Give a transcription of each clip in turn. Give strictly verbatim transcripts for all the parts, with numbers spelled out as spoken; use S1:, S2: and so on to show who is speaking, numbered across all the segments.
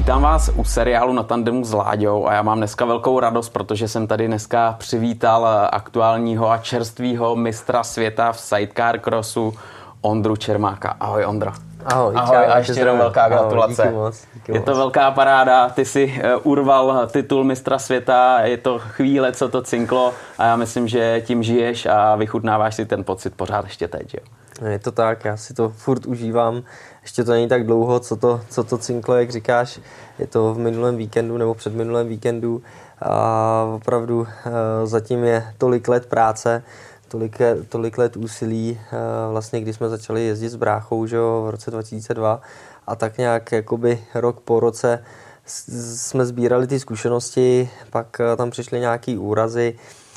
S1: Vítám vás u seriálu Na tandemu s Láďou a já mám dneska velkou radost, protože jsem tady dneska přivítal aktuálního a čerstvýho mistra světa v sidecar crossu Ondru Čermáka. Ahoj, Ondro.
S2: Ahoj,
S1: Ahoj
S2: čau,
S1: a ještě jednou velká gratulace.
S2: Díky moc, díky
S1: je
S2: moc.
S1: to velká paráda, ty si urval titul mistra světa, je to chvíle, co to cinklo a já myslím, že tím žiješ a vychutnáváš si ten pocit pořád ještě teď, jo?
S2: Je to tak, já si to furt užívám, ještě to není tak dlouho, co to, co to cinklo, jak říkáš, je to v minulém víkendu nebo před minulém víkendu a opravdu zatím je tolik let práce, tolik, tolik let úsilí, vlastně když jsme začali jezdit s bráchou, že jo, v roce dva tisíce dva a tak nějak jakoby rok po roce jsme sbírali ty zkušenosti, pak tam přišly nějaký úrazy.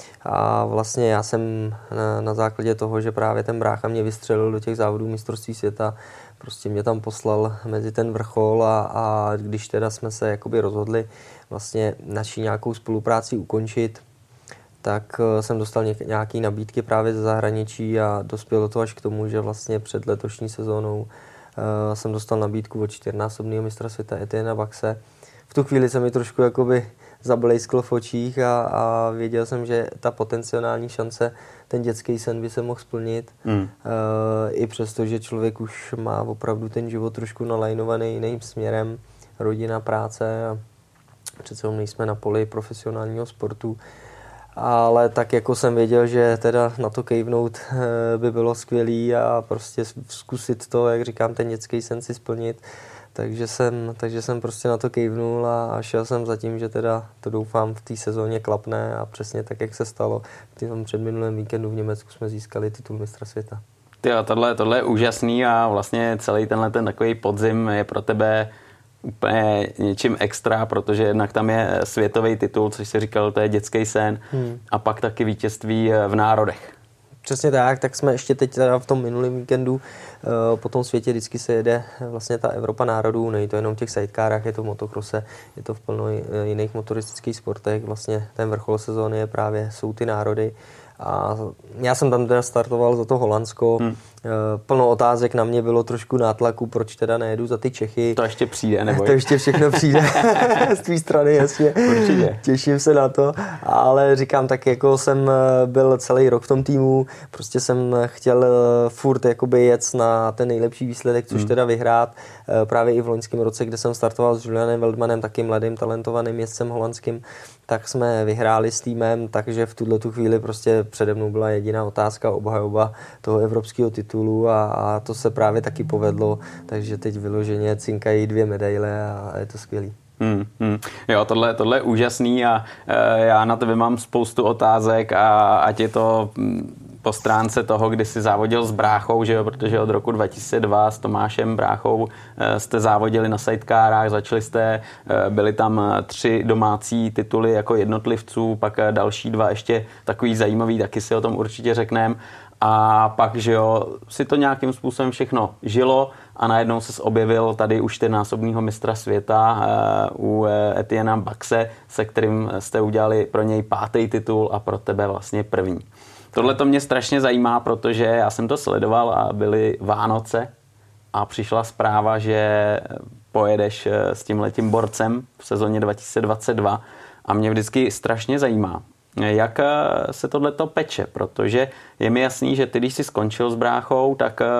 S2: A vlastně já jsem na, na základě toho, že právě ten brácha mě vystřelil do těch závodů mistrovství světa, prostě mě tam poslal mezi ten vrchol a, a když teda jsme se jakoby rozhodli vlastně naši nějakou spolupráci ukončit, tak jsem dostal nějaké nabídky právě ze zahraničí a dospělo to až k tomu, že vlastně před letošní sezónou uh, jsem dostal nabídku od čtyřnásobného mistra světa Etienne Baxe. V tu chvíli se mi trošku jakoby zablejsklo v očích a, a věděl jsem, že ta potenciální šance, ten dětský sen by se mohl splnit. Mm. Uh, I přesto, že člověk už má opravdu ten život trošku nalajnovaný jiným směrem, rodina, práce a přece nejsme na poli profesionálního sportu. Ale tak jako jsem věděl, že teda na to kejvnout by bylo skvělý a prostě zkusit to, jak říkám, ten dětský sen si splnit. Takže jsem, takže jsem prostě na to kejvnul a šel jsem za tím, že teda to doufám v té sezóně klapne a přesně tak, jak se stalo. V tom předminulém víkendu v Německu jsme získali titul mistra světa.
S1: Tyjo, tohle, tohle je úžasný a vlastně celý tenhle ten takový podzim je pro tebe úplně něčím extra, protože jednak tam je světový titul, což si říkal, to je dětský sen, hmm. a pak taky vítězství v národech.
S2: Přesně tak, tak jsme ještě teď teda v tom minulém víkendu po tom světě vždycky se jede vlastně ta Evropa národů, není to jenom v těch sidecárách, je to v motokrose, je to v plno jiných motoristických sportech, vlastně ten vrchol sezóny je právě, jsou ty národy. A já jsem tam teda startoval za to Holandsko, hmm. plno otázek na mě bylo, trošku nátlaku, proč teda nejedu za ty Čechy.
S1: To ještě přijde, neboj.
S2: To ještě všechno přijde z tvý strany, jasně.
S1: Určitě.
S2: Těším se na to, ale říkám, tak jako jsem byl celý rok v tom týmu, prostě jsem chtěl furt jakoby jet na ten nejlepší výsledek, což hmm. teda vyhrát. Právě i v loňském roce, kde jsem startoval s Julianem Veldmanem, taky mladým talentovaným jezdcem holandským, tak jsme vyhráli s týmem, takže v tuhle tu chvíli prostě přede mnou byla jediná otázka, obhajoba toho evropského titulu a, a to se právě taky povedlo, takže teď vyloženě cinkají dvě medaile a je to skvělý.
S1: Hmm, hmm. Jo, tohle, tohle je úžasný a e, já na tebe mám spoustu otázek a ať je to po stránce toho, kdy jsi závodil s bráchou, že jo, protože od roku dva tisíce dva s Tomášem Bráchou e, jste závodili na sidecárách, začali jste, e, byly tam tři domácí tituly jako jednotlivců, pak další dva ještě takový zajímavý, taky si o tom určitě řekneme. A pak, že jo, si to nějakým způsobem všechno žilo a najednou ses objevil tady u čtyřnásobného mistra světa uh, u Etienne Baxe, se kterým jste udělali pro něj pátý titul a pro tebe vlastně první. Tohle to mě strašně zajímá, protože já jsem to sledoval a byly Vánoce a přišla zpráva, že pojedeš s tímhletím borcem v sezóně dva tisíce dvacet dva a mě vždycky strašně zajímá, jak se tohleto peče, protože je mi jasný, že ty, když jsi skončil s bráchou, tak uh,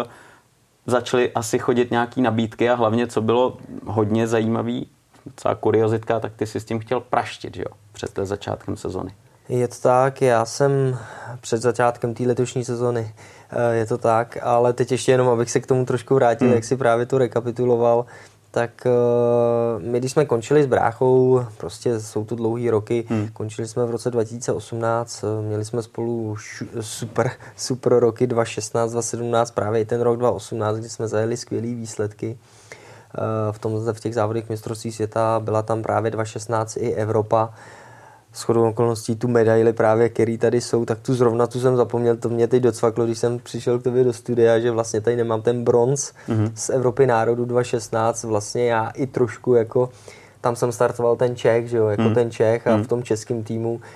S1: začaly asi chodit nějaký nabídky a hlavně, co bylo hodně zajímavý, celá kuriozitka, tak ty jsi s tím chtěl praštit, že jo, před začátkem sezony.
S2: Je to tak, já jsem před začátkem té letošní sezony, je to tak, ale teď ještě jenom, abych se k tomu trošku vrátil, hmm. jak si právě to rekapituloval, tak uh, my, když jsme končili s bráchou, prostě jsou to dlouhý roky, hmm. končili jsme v roce dva tisíce osmnáct, měli jsme spolu šu, super, super roky dva tisíce šestnáct, dva tisíce sedmnáct, právě i ten rok dva tisíce osmnáct, kdy jsme zajeli skvělý výsledky. Uh, v, tom, v těch závodech mistrovství světa byla tam právě dva tisíce šestnáct i Evropa. Shodou okolností tu medaily právě, který tady jsou, tak tu zrovna tu jsem zapomněl, to mě teď docvaklo, když jsem přišel k tobě do studia, že vlastně tady nemám ten bronz mm-hmm. z Evropy národů dva tisíce šestnáct, vlastně já i trošku jako, tam jsem startoval ten Čech, že jo, jako mm. ten Čech a mm. v tom českém týmu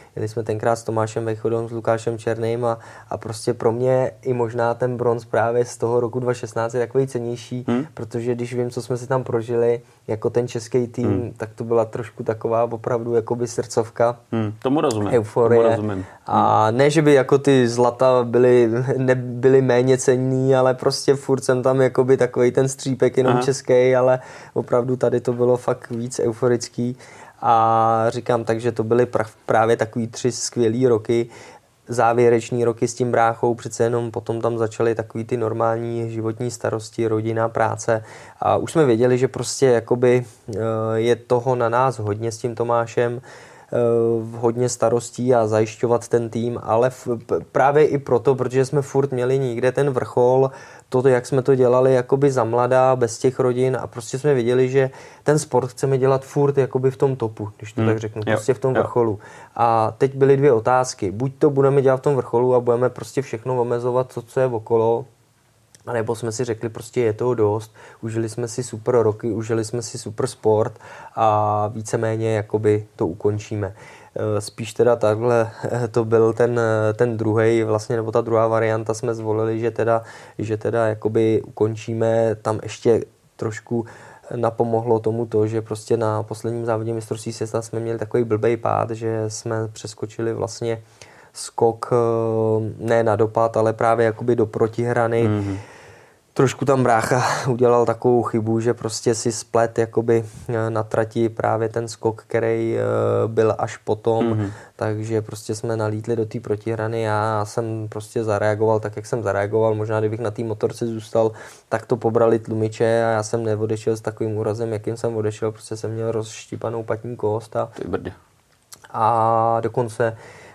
S2: jeli jsme tenkrát s Tomášem Vejchodou, s Lukášem Černým a, a prostě pro mě i možná ten bronz právě z toho roku dva tisíce šestnáct je takový cenější, hmm. protože když vím, co jsme si tam prožili jako ten český tým, hmm. tak to byla trošku taková opravdu jakoby srdcovka.
S1: Hmm. Tomu rozumím.
S2: Euforie.
S1: Tomu rozumím.
S2: A ne, že by jako ty zlata byly, nebyly méně cenný, ale prostě furt jsem tam jakoby takovej ten střípek jenom Aha. český, ale opravdu tady to bylo fakt víc euforický. A říkám, takže to byly právě takový tři skvělý roky, závěrečný roky s tím bráchou, přece jenom potom tam začaly takový ty normální životní starosti, rodina, práce a už jsme věděli, že prostě jakoby je toho na nás hodně s tím Tomášem, hodně starostí a zajišťovat ten tým, ale v, právě i proto, protože jsme furt měli někde ten vrchol, to, jak jsme to dělali jakoby za mladá, bez těch rodin a prostě jsme věděli, že ten sport chceme dělat furt jakoby v tom topu, když to hmm. tak řeknu, prostě v tom jo. vrcholu. A teď byly dvě otázky. Buď to budeme dělat v tom vrcholu a budeme prostě všechno omezovat, to, co je okolo, a nebo jsme si řekli, prostě je toho dost, užili jsme si super roky, užili jsme si super sport a víceméně jakoby to ukončíme. Spíš teda takhle to byl ten, ten druhej vlastně, nebo ta druhá varianta jsme zvolili, že teda, že teda jakoby ukončíme. Tam ještě trošku napomohlo tomu to, že prostě na posledním závodě mistrovství světa jsme měli takový blbej pád, že jsme přeskočili vlastně skok ne na dopad, ale právě jakoby do protihrany. Mm-hmm. Trošku tam brácha udělal takovou chybu, že prostě si splet jakoby na trati právě ten skok, který byl až potom, mm-hmm. takže prostě jsme nalítli do té protihrany. Já jsem prostě zareagoval tak, jak jsem zareagoval. Možná, kdybych na té motorce zůstal, tak to pobrali tlumiče a já jsem neodešel s takovým úrazem, jakým jsem odešel. Prostě jsem měl rozštípanou patní kost a, a dokonce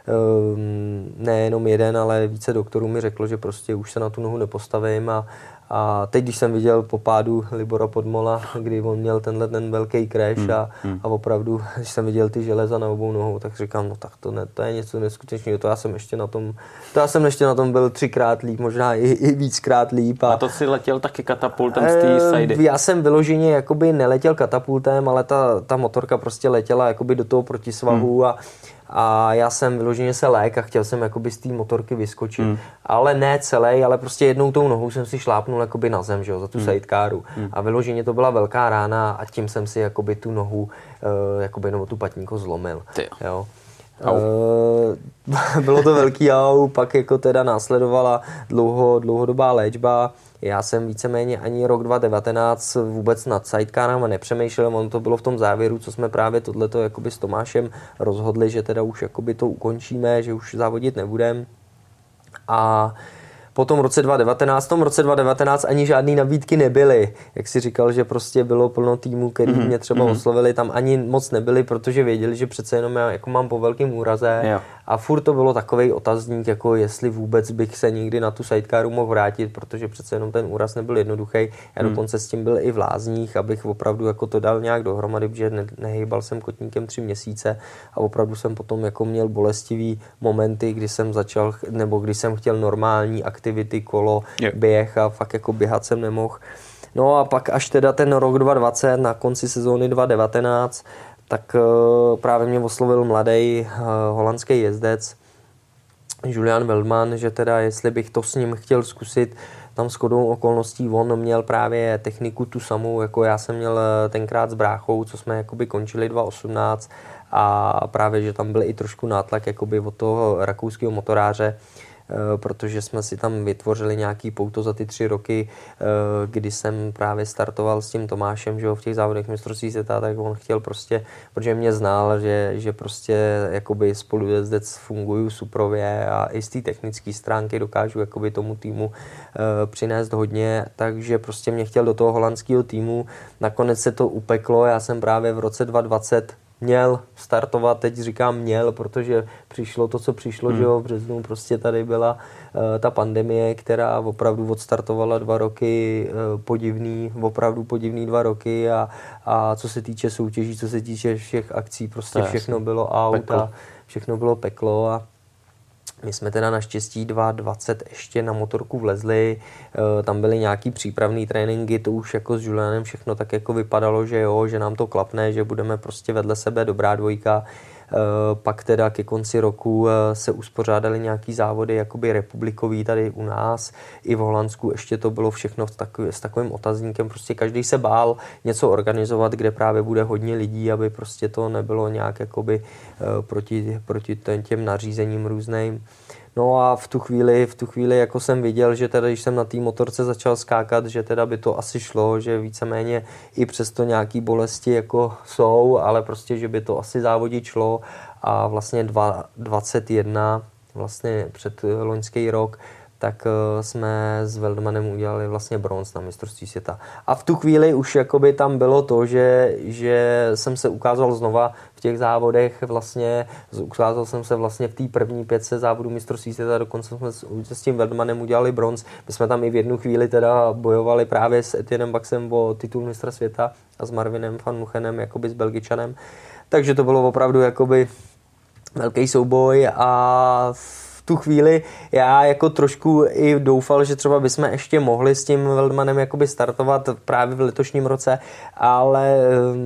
S2: nejenom jeden, ale více doktorů mi řeklo, že prostě už se na tu nohu nepostavím a, a teď, když jsem viděl po pádu Libora Podmola, kdy on měl tenhle ten velký crash hmm. a, hmm. a opravdu, když jsem viděl ty železa na obou nohou, tak říkám, no tak to, ne, to je něco neskutečného, to já jsem ještě na tom, to já jsem ještě na tom byl třikrát líp, možná i, i víckrát líp. A,
S1: a to si letěl taky katapultem z té sajdy?
S2: Já jsem vyloženě jakoby neletěl katapultem, ale ta, ta motorka prostě letěla jakoby do toho protisvahu hmm. a a já jsem vyloženě se lék a chtěl jsem jakoby z té motorky vyskočit, hmm. ale ne celý, ale prostě jednou tou nohou jsem si šlápnul jakoby na zem, že jo, za tu hmm. sidecaru hmm. a vyloženě to byla velká rána a tím jsem si jakoby tu nohu, uh, jakoby nebo tu patníko zlomil, jo. Uh, bylo to velký au, pak jako teda následovala dlouho, dlouhodobá léčba. Já jsem víceméně ani rok dva tisíce devatenáct vůbec nad sidecarama nepřemýšlel, ono to bylo v tom závěru, co jsme právě tohleto jakoby s Tomášem rozhodli, že teda už jakoby to ukončíme, že už závodit nebudem. A po tom roce dva tisíce devatenáct, v tom roce dva tisíce devatenáct ani žádný nabídky nebyly. Jak si říkal, že prostě bylo plno týmů, který mm-hmm. mě třeba mm-hmm. oslovili, tam ani moc nebyly, protože věděli, že přece jenom já jako mám po velkým úraze jo. a furt to bylo takovej otazník, jako jestli vůbec bych se nikdy na tu sidecaru mohl vrátit, protože přece jenom ten úraz nebyl jednoduchý. Já mm. dokonce s tím byl i v lázních, abych opravdu jako to dal nějak dohromady, protože ne, nehejbal jsem kotníkem tři měsíce a opravdu jsem potom jako měl bolestivý momenty, kdy jsem začal, nebo kdy jsem chtěl normální aktivity, kolo, yeah. běh a fakt jako běhat jsem nemohl. No a pak až teda ten rok dva tisíce dvacet na konci sezóny dva tisíce devatenáct, tak uh, právě mě oslovil mladý uh, holandský jezdec Julian Veldman, že teda jestli bych to s ním chtěl zkusit, tam shodou okolností on měl právě techniku tu samou, jako já jsem měl tenkrát s bráchou, co jsme jakoby končili dva tisíce osmnáct a právě, že tam byl i trošku nátlak jakoby od toho rakouského motoráře, protože jsme si tam vytvořili nějaký pouto za ty tři roky, kdy jsem právě startoval s tím Tomášem, že jo, v těch závodech mistrovství světa, tak on chtěl prostě, protože mě znal, že, že prostě jakoby spolujezdec funguju suprově a i z té technické stránky dokážu jakoby tomu týmu přinést hodně, takže prostě mě chtěl do toho holandského týmu. Nakonec se to upeklo, já jsem právě v roce dva tisíce dvacet měl startovat, teď říkám měl, protože přišlo to, co přišlo, hmm. že jo, v březnu prostě tady byla uh, ta pandemie, která opravdu odstartovala dva roky uh, podivný, opravdu podivný dva roky a, a co se týče soutěží, co se týče všech akcí, prostě to všechno jasný. Bylo out peklo. A všechno bylo peklo a my jsme teda naštěstí dva tisíce dvacet ještě na motorku vlezli, tam byly nějaký přípravný tréninky, to už jako s Julianem všechno tak jako vypadalo, že jo, že nám to klapne, že budeme prostě vedle sebe dobrá dvojka. Pak teda ke konci roku se uspořádaly nějaký závody jakoby republikový tady u nás. I v Holandsku ještě to bylo všechno takový, s takovým otazníkem. Prostě každý se bál něco organizovat, kde právě bude hodně lidí, aby prostě to nebylo nějak jakoby proti, proti těm nařízením různým. No a v tu chvíli, v tu chvíli jako jsem viděl, že teda, když jsem na té motorce začal skákat, že teda by to asi šlo, že víceméně i přesto nějaký bolesti jako jsou, ale prostě, že by to asi závodit šlo a vlastně dvacet jedna, vlastně před loňský rok, tak jsme s Veldmanem udělali vlastně bronz na mistrovství světa. A v tu chvíli už jakoby tam bylo to, že, že jsem se ukázal znova v těch závodech, vlastně ukázal jsem se vlastně v té první pětce závodů mistrovství světa, dokonce jsme s tím Veldmanem udělali bronz. My jsme tam i v jednu chvíli teda bojovali právě s Etiennem Baxem o titul mistra světa a s Marvinem van Muchenem, jakoby s Belgičanem. Takže to bylo opravdu jakoby velký souboj a tu chvíli já jako trošku i doufal, že třeba bychom ještě mohli s tím Veldmanem jakoby startovat právě v letošním roce, ale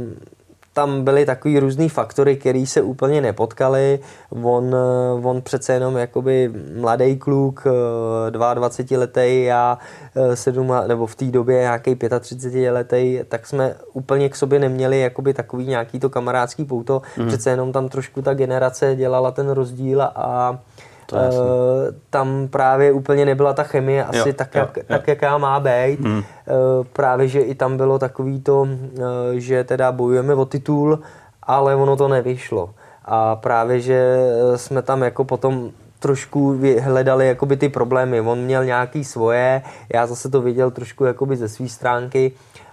S2: tam byly takový různý faktory, který se úplně nepotkaly. On, on přece jenom jakoby mladý kluk, dvacetiletý, já sedm, nebo v té době nějaký třicetiletý, tak jsme úplně k sobě neměli jakoby takový nějaký to kamarádský pouto. Mm. Přece jenom tam trošku ta generace dělala ten rozdíl a Uh, tam právě úplně nebyla ta chemie asi jo, tak, jo, jak, jo. tak, jaká má být. Hmm. Uh, právě, že i tam bylo takový to, uh, že teda bojujeme o titul, ale ono to nevyšlo. A právě, že jsme tam jako potom trošku hledali jakoby ty problémy. On měl nějaký svoje, já zase to viděl trošku jakoby ze své stránky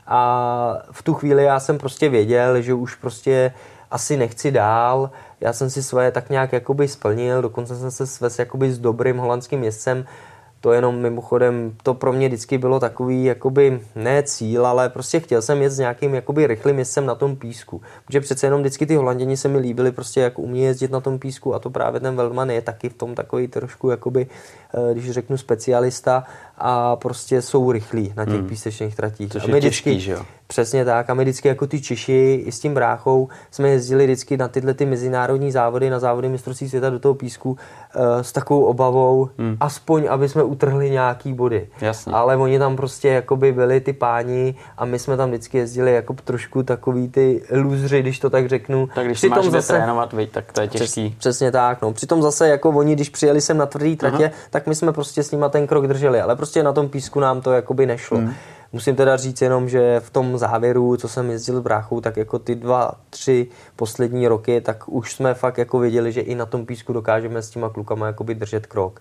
S2: a v tu chvíli já jsem prostě věděl, že už prostě asi nechci dál. Já jsem si svoje tak nějak jakoby splnil, dokonce jsem se svez jakoby s dobrým holandským jezdcem. To jenom mimochodem, to pro mě vždycky bylo takový jakoby ne cíl, ale prostě chtěl jsem jet s nějakým jakoby rychlým jezdcem na tom písku. Protože přece jenom vždycky ty Holanděni se mi líbili prostě jak umí jezdit na tom písku a to právě ten Veldman je taky v tom takový trošku jakoby, když řeknu specialista a prostě jsou rychlí na těch hmm. písečných tratích.
S1: Což je těžký, že jo?
S2: Přesně tak. A my vždycky jako ty Češi i s tím bráchou jsme jezdili vždycky na tyhle ty mezinárodní závody, na závody mistrovství světa do toho písku uh, s takovou obavou, hmm. aspoň aby jsme utrhli nějaký body.
S1: Jasně.
S2: Ale oni tam prostě jakoby byli ty páni a my jsme tam vždycky jezdili jako trošku takový ty lůzři, když to tak řeknu.
S1: Tak když máš zase trénovat, viď, tak to je těžký.
S2: Přes, přesně tak. No. Přitom zase jako oni, když přijeli sem na tvrdý tratě, uh-huh. tak my jsme prostě s nima ten krok drželi, ale prostě na tom písku nám to jakoby nešlo. Hmm. Musím teda říct jenom, že v tom závěru, co jsem jezdil s bráchou, tak jako ty dva, tři poslední roky, tak už jsme fakt jako věděli, že i na tom písku dokážeme s těma klukama jakoby držet krok.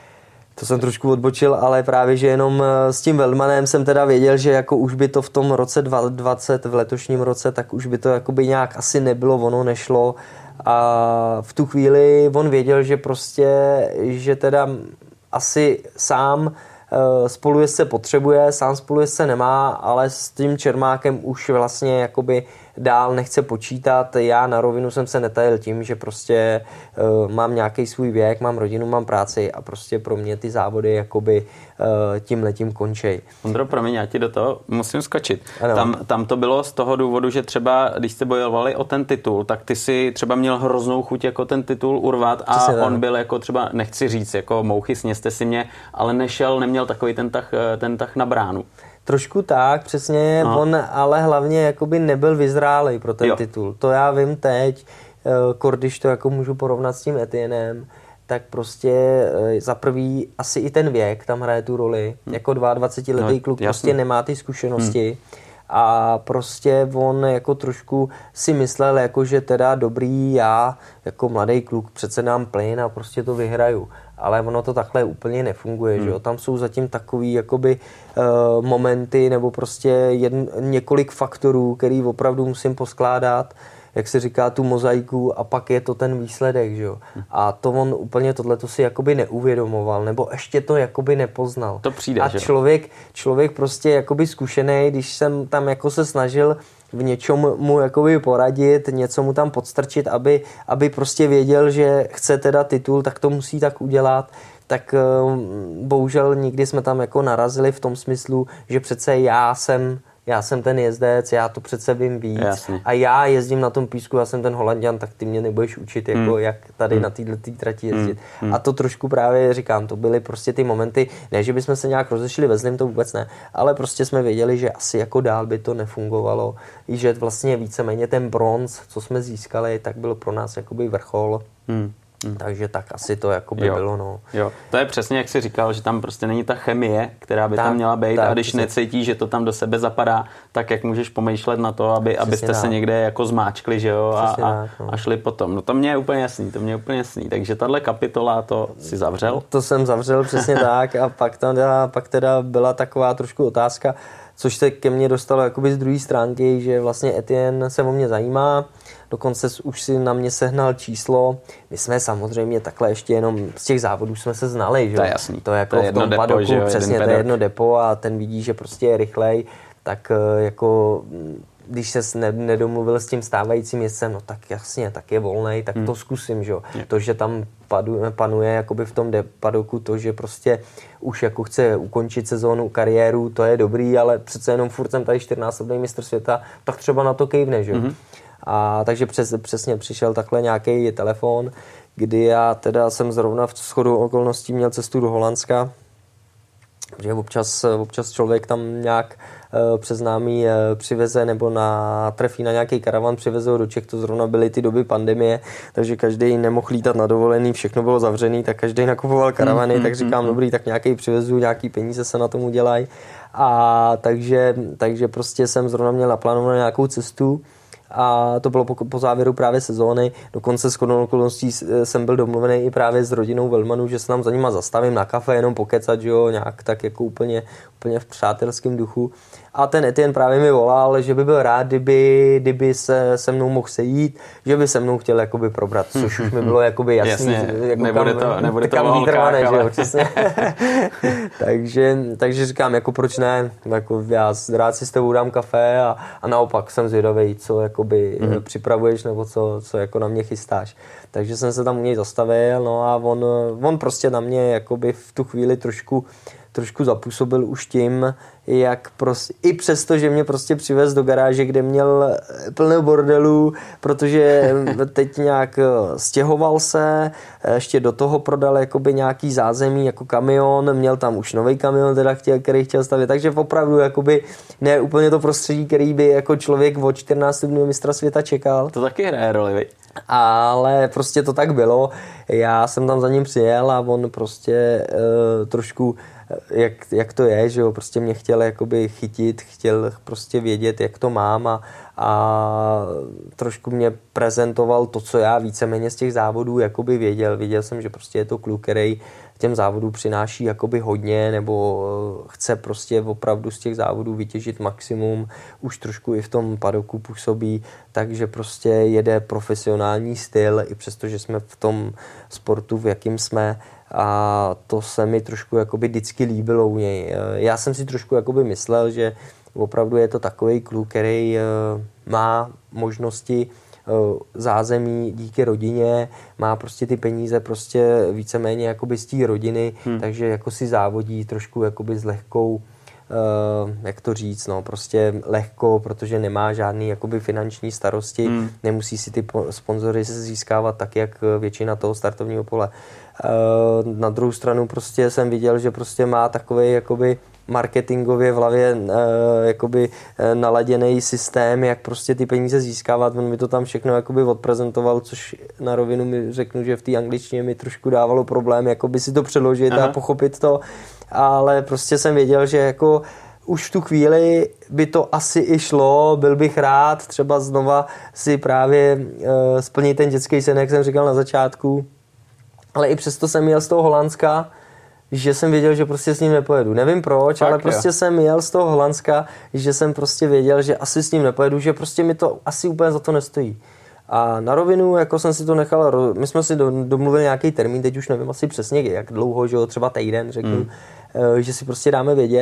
S2: To jsem trošku odbočil, ale právě, že jenom s tím Veldmanem jsem teda věděl, že jako už by to v tom roce dvacet, v letošním roce, tak už by to jakoby nějak asi nebylo, ono nešlo. A v tu chvíli on věděl, že prostě, že teda asi sám spolujezd se potřebuje, sám spolujezd se nemá, ale s tím Čermákem už vlastně jakoby dál nechce počítat. Já na rovinu jsem se netajil tím, že prostě uh, mám nějaký svůj věk, mám rodinu, mám práci a prostě pro mě ty závody jakoby uh, tímhletím končej.
S1: Ondro, promiň, já ti do toho musím skočit. Tam, tam to bylo z toho důvodu, že třeba, když jste bojovali o ten titul, tak ty si třeba měl hroznou chuť jako ten titul urvat a Přesně on tak. byl jako třeba, nechci říct, jako mouchy, sněste si mě, ale nešel, neměl takový ten tah, ten tah na bránu.
S2: Trošku tak, přesně, no. On ale hlavně jakoby nebyl vyzrálej pro ten jo. titul. To já vím teď, když to jako můžu porovnat s tím Etienem, tak prostě za prvý asi i ten věk tam hraje tu roli. Hmm. Jako dvacetiletý no, kluk jasný. Prostě nemá ty zkušenosti. Hmm. A prostě on jako trošku si myslel, jako že teda dobrý, já jako mladý kluk přece nám plyn a prostě to vyhraju. Ale ono to takhle úplně nefunguje, hmm. že jo? Tam jsou zatím takový jakoby uh, momenty nebo prostě jedn, několik faktorů, který opravdu musím poskládat, jak se říká, tu mozaiku a pak je to ten výsledek, že jo? Hmm. A to on úplně tohleto si jakoby neuvědomoval, nebo ještě to jakoby nepoznal.
S1: To přijde,
S2: a
S1: že
S2: člověk, člověk prostě jakoby zkušenej, když jsem tam jako se snažil v něčem mu jakoby poradit, něco mu tam podstrčit, aby, aby prostě věděl, že chce teda titul, tak to musí tak udělat. Tak bohužel nikdy jsme tam jako narazili v tom smyslu, že přece já jsem já jsem ten jezdec, já to přece vím víc.
S1: Jasně.
S2: A já jezdím na tom písku, já jsem ten Holanďan, tak ty mě nebudeš učit, jako hmm. jak tady hmm. na této trati jezdit. Hmm. A to trošku právě říkám, to byly prostě ty momenty, ne, že bychom se nějak rozešli ve zlým, to vůbec ne, ale prostě jsme věděli, že asi jako dál by to nefungovalo, i že vlastně víceméně ten bronz, co jsme získali, tak byl pro nás jakoby vrchol. Hmm. Hmm. Takže tak asi to jako by bylo, no.
S1: Jo, to je přesně, jak jsi říkal, že tam prostě není ta chemie, která by tak, tam měla být, tak, a když přesně necítíš, že to tam do sebe zapadá, tak jak můžeš pomýšlet na to, aby, abyste tak se někde jako zmáčkli, že jo, a, a, no. a šli potom. No to mě je úplně jasný, to mě je úplně jasný. Takže tahle kapitola, to si zavřel?
S2: To jsem zavřel, přesně tak, a pak teda, pak teda byla taková trošku otázka, což se ke mně dostalo jakoby z druhé stránky, že vlastně Etienne se o mě zajímá, dokonce už si na mě sehnal číslo. My jsme samozřejmě takhle ještě jenom z těch závodů jsme se znali, že?
S1: To je jasný.
S2: To je jako to je v tom padoku, depo, přesně, to je jedno depo a ten vidí, že prostě je rychlej, tak jako když se nedomluvil s tím stávajícím jezdcem, no tak jasně, tak je volnej, tak hmm. to zkusím, že jo. To, že tam padu, panuje jakoby v tom padoku to, že prostě už jako chce ukončit sezónu, kariéru, to je dobrý, ale přece jenom furt jsem tady čtyřnásobný mistr světa, tak třeba na to kejvne, že jo. Hmm. A takže přes, přesně přišel takhle nějaký telefon, kdy já teda jsem zrovna v shodu okolností měl cestu do Holandska, protože občas, občas člověk tam nějak uh, přes námi uh, přiveze nebo na trefí na nějaký karavan, přiveze ho do Čech, to zrovna byly ty doby pandemie, takže každý nemohl lítat na dovolený, všechno bylo zavřený, tak každý nakupoval karavany, mm, tak říkám, mm, dobrý, tak nějaký přivezu, nějaký peníze se na tom udělají. A takže, takže prostě jsem zrovna měl naplánovanou nějakou cestu, a to bylo po, po závěru právě sezóny. Dokonce s chodou okolností jsem byl domluvený i právě s rodinou Velmanů, že se tam za nima zastavím na kafe, jenom pokecat, že jo, nějak tak jako úplně, úplně v přátelském duchu. A ten Etienne právě mi volal, že by byl rád, kdyby, kdyby se se mnou mohl sejít, že by se mnou chtěl jakoby probrat, což už mi bylo jakoby jasný.
S1: Jasně,
S2: jako
S1: nebude
S2: kam,
S1: to, nebude to
S2: kam
S1: volkách,
S2: že
S1: ale...
S2: jo, přesně. takže, takže říkám, jako proč ne, jako já rád si s tebou dám kafe a, a naopak jsem zvědavej, co jakoby mm. připravuješ nebo co, co jako na mě chystáš. Takže jsem se tam u něj zastavil, no a on, on prostě na mě jakoby v tu chvíli trošku trošku zapůsobil už tím, jak prostě, i přesto, že mě prostě přivez do garáže, kde měl plnou bordelů, protože teď nějak stěhoval se, ještě do toho prodal jakoby nějaký zázemí jako kamion, měl tam už nový kamion, teda chtěl, který chtěl stavět, takže opravdu jakoby ne úplně to prostředí, který by jako člověk od čtrnáctinásobného mistra světa čekal.
S1: To taky hraje roli, viď?
S2: Ale prostě to tak bylo. Já jsem tam za ním přijel a on prostě uh, trošku, jak, jak to je, že jo, prostě mě chtěl jakoby chytit, chtěl prostě vědět, jak to mám a, a trošku mě prezentoval to, co já víceméně z těch závodů jakoby věděl. Viděl jsem, že prostě je to kluk, který těm závodů přináší jakoby hodně, nebo chce prostě opravdu z těch závodů vytěžit maximum, už trošku i v tom padoku působí, takže prostě jede profesionální styl, i přesto, že jsme v tom sportu, v jakým jsme, a to se mi trošku jakoby vždycky líbilo u něj. Já jsem si trošku jakoby myslel, že opravdu je to takový kluk, který má možnosti zázemí díky rodině, má prostě ty peníze prostě víceméně jakoby z té rodiny, hmm. takže jako si závodí trošku jakoby s lehkou, uh, jak to říct, no prostě lehko, protože nemá žádný jakoby finanční starosti, hmm. nemusí si ty sponzory získávat tak, jak většina toho startovního pole. Uh, na druhou stranu prostě jsem viděl, že prostě má takovej jakoby marketingově v hlavě uh, jakoby uh, naladěný systém, jak prostě ty peníze získávat. On mi to tam všechno jakoby odprezentoval, což na rovinu mi řeknu, že v té angličtině mi trošku dávalo problém jakoby si to přeložit Aha. a pochopit to, ale prostě jsem věděl, že jako už v tu chvíli by to asi i šlo, byl bych rád třeba znova si právě uh, splnit ten dětský sen, jak jsem říkal na začátku, ale i přesto jsem jel z toho Holandska, že jsem věděl, že prostě s ním nepojedu. Nevím proč, tak ale prostě jo. jsem jel z toho Holandska, že jsem prostě věděl, že asi s ním nepojedu, že prostě mi to asi úplně za to nestojí. A na rovinu, jako jsem si to nechal, my jsme si domluvili nějaký termín, teď už nevím asi přesně jak dlouho, že jo, třeba týden, řeknu, mm. že si prostě dáme vědět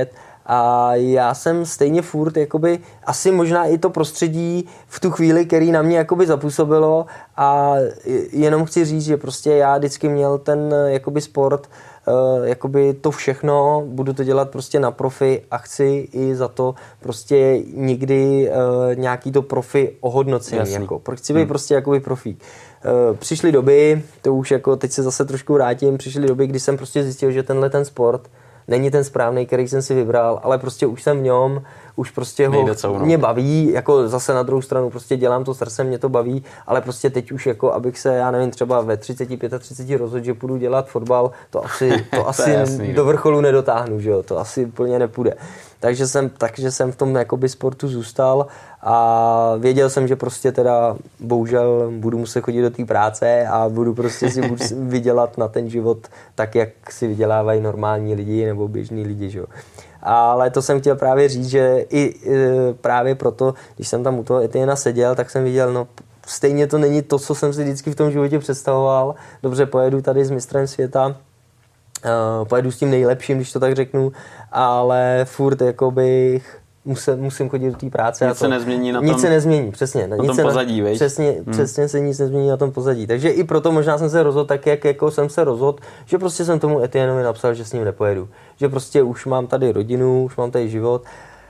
S2: A já jsem stejně furt, jakoby, asi možná i to prostředí v tu chvíli, který na mě jakoby zapůsobilo a jenom chci říct, že prostě já vždycky měl ten jakoby sport, Uh, jakoby to všechno, budu to dělat prostě na profi a chci i za to prostě nikdy uh, nějaký to profi ohodnocení. Jako. Chci být hmm. prostě jakoby profík. Uh, přišly doby, to už jako teď se zase trošku vrátím, přišly doby, kdy jsem prostě zjistil, že tenhle ten sport není ten správný, který jsem si vybral, ale prostě už jsem v něm, už prostě ho mě baví, jako zase na druhou stranu prostě dělám to srdcem, mě to baví, ale prostě teď už jako, abych se, já nevím, třeba ve třicet, třicet pět rozhodl, že půjdu dělat fotbal, to asi, to asi jasný, do vrcholu nedotáhnu, že jo, to asi úplně nepůjde. Takže jsem, takže jsem v tom jakoby sportu zůstal a věděl jsem, že prostě teda bohužel budu muset chodit do té práce a budu prostě si budu vydělat na ten život tak, jak si vydělávají normální lidi nebo běžní lidi, že jo. Ale to jsem chtěl právě říct, že i, i právě proto, když jsem tam u toho Etiena seděl, tak jsem viděl, no stejně to není to, co jsem si vždycky v tom životě představoval. Dobře, pojedu tady s mistrem světa, Uh, pojedu s tím nejlepším, když to tak řeknu, ale furt jakoby musím, musím chodit do té práce.
S1: Nic
S2: a to,
S1: se nezmění na tom,
S2: nic se nezmění, přesně.
S1: Na
S2: nic
S1: tom
S2: se
S1: pozadí,
S2: na, přesně, hmm. přesně se nic nezmění na tom pozadí. Takže i proto možná jsem se rozhodl tak, jak jako jsem se rozhodl, že prostě jsem tomu Etienovi napsal, že s ním nepojedu. Že prostě už mám tady rodinu, už mám tady život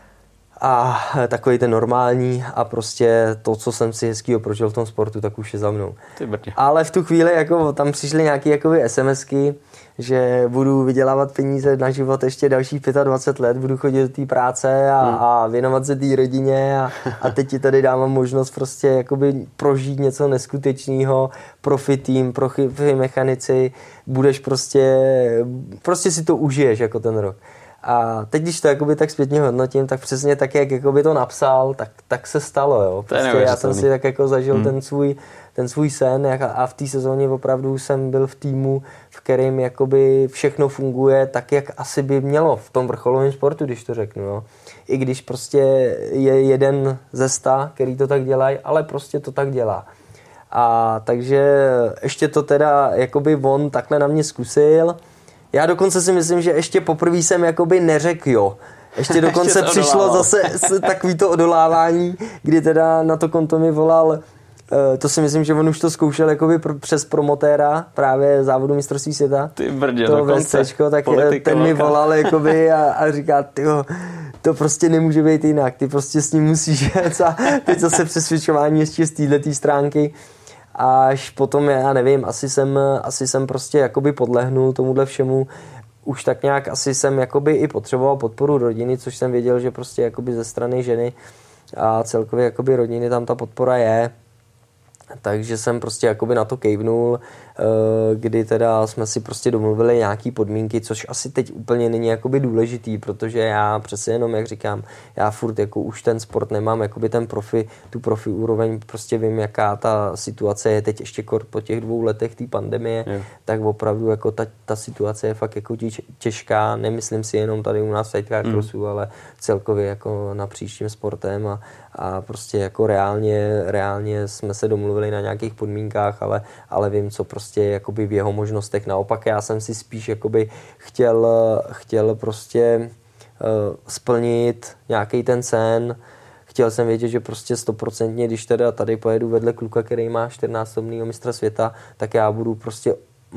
S2: a takový ten normální a prostě to, co jsem si hezkýho prožil v tom sportu, tak už je za mnou. Ale v tu chvíli jako tam přišly nějaké jakoby SMSky, že budu vydělávat peníze na život ještě dalších dvacet pět let, budu chodit do té práce a, hmm. a věnovat se té rodině a, a teď ti tady dávám možnost prostě jakoby prožít něco neskutečného, profi tým, profi mechanici, budeš prostě, prostě si to užiješ jako ten rok. A teď, když to jakoby tak zpětně hodnotím, tak přesně tak, jak jakoby to napsal, tak, tak se stalo. Jo. Prostě já jsem si tak jako zažil hmm. ten svůj ten svůj sen a v té sezóně opravdu jsem byl v týmu, v kterém jakoby všechno funguje tak, jak asi by mělo v tom vrcholovém sportu, když to řeknu. Jo. I když prostě je jeden ze sta, který to tak dělají, ale prostě to tak dělá. A takže ještě to teda jakoby on takhle na mě zkusil. Já dokonce si myslím, že ještě poprvé jsem jakoby neřekl jo. Ještě dokonce ještě přišlo zase takový to odolávání, kdy teda na to konto mi volal. To si myslím, že on už to zkoušel jakoby pr- přes promotéra právě závodu mistrovství světa.
S1: Ty brdě,
S2: to VSCčko, tak ten mi volal jakoby a, a říká, tyjo, to prostě nemůže být jinak, ty prostě s ním musíš jet a teď zase přesvědčování ještě z této stránky. Až potom, já nevím, asi jsem, asi jsem prostě jakoby podlehnul tomuhle všemu. Už tak nějak asi jsem jakoby i potřeboval podporu rodiny, což jsem věděl, že prostě jakoby ze strany ženy a celkově jakoby rodiny tam ta podpora je. Takže jsem prostě jakoby na to kejvnul, kdy teda jsme si prostě domluvili nějaký podmínky, což asi teď úplně není jakoby důležitý, protože já přece jenom, jak říkám, já furt jako už ten sport nemám, jakoby ten profi, tu profi úroveň, prostě vím, jaká ta situace je teď ještě po těch dvou letech té pandemie, je. Tak opravdu jako ta, ta situace je fakt jako těžká, nemyslím si jenom tady u nás v sidecar crossu, mm. ale celkově jako napříč tím sportem a, a prostě jako reálně, reálně jsme se domluvili na nějakých podmínkách, ale, ale vím, co prostě jakoby v jeho možnostech. Naopak já jsem si spíš jakoby chtěl, chtěl prostě uh, splnit nějaký ten sen. Chtěl jsem vědět, že prostě stoprocentně, když teda tady pojedu vedle kluka, který má čtrnáctinásobného mistra světa, tak já budu prostě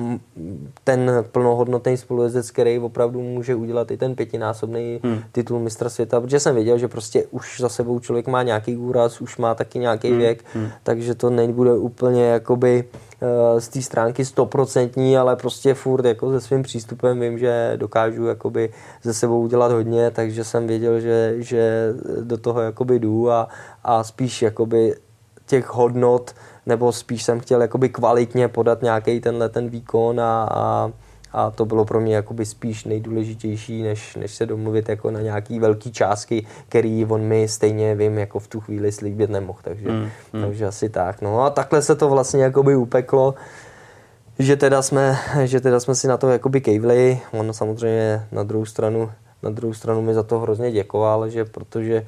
S2: ten plnohodnotný spolujezdec, který opravdu může udělat i ten pětinásobný hmm. titul mistra světa, protože jsem věděl, že prostě už za sebou člověk má nějaký úraz, už má taky nějaký hmm. věk, hmm. takže to nebude úplně jakoby uh, z té stránky stoprocentní, ale prostě furt jako se svým přístupem vím, že dokážu jakoby ze sebou udělat hodně, takže jsem věděl, že, že do toho jakoby jdu a, a spíš jakoby těch hodnot, nebo spíš jsem chtěl jakoby kvalitně podat nějaký tenhle ten výkon a, a, a to bylo pro mě jakoby spíš nejdůležitější, než, než se domluvit jako na nějaký velký částky, který on mi stejně vím, jako v tu chvíli slíbit nemohl, takže, mm, mm. takže asi tak. No a takhle se to vlastně jakoby upeklo, že teda jsme, že teda jsme si na to jakoby kejvli. On samozřejmě na druhou stranu, na druhou stranu mi za to hrozně děkoval, že protože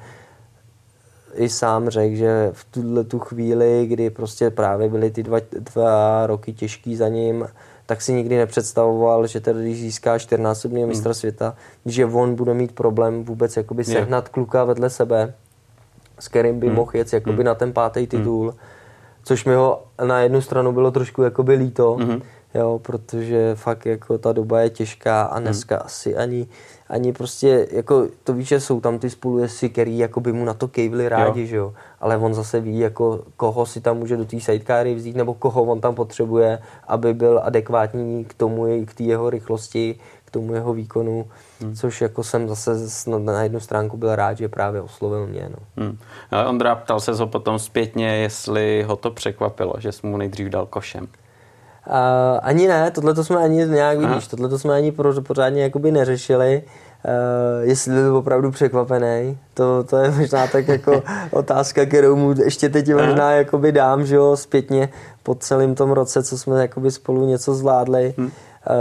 S2: i sám řekl, že v tuhle tu chvíli, kdy prostě právě byly ty dva, dva roky těžký za ním, tak si nikdy nepředstavoval, že tedy když získá čtyřnásobný mistra světa, že on bude mít problém vůbec jakoby sehnat kluka vedle sebe, s kterým by hmm. mohl jet jakoby hmm. na ten pátý titul, hmm. což mi ho na jednu stranu bylo trošku jakoby líto, hmm. jo, protože fakt jako ta doba je těžká a dneska hmm. asi ani, ani prostě, jako to víš, že jsou tam ty spolujezdci, který jakoby mu na to kejvli rádi, jo. že jo, ale on zase ví, jako koho si tam může do té sidecary vzít, nebo koho on tam potřebuje, aby byl adekvátní k tomu, k té jeho rychlosti, k tomu jeho výkonu, hmm. což jako jsem zase na jednu stránku byl rád, že právě oslovil mě. No.
S1: Hmm. Ale Ondra, ptal se ho potom zpětně, jestli ho to překvapilo, že jsi mu nejdřív dal košem.
S2: Uh, ani ne, tohle to jsme ani nějak, vidíš, tohle to jsme ani pořádně jakoby neřešili, uh, jestli byl opravdu překvapený, to, to je možná tak jako otázka, kterou mu ještě teď možná jakoby dám, že jo, zpětně po celém tom roce, co jsme jakoby spolu něco zvládli. Hmm.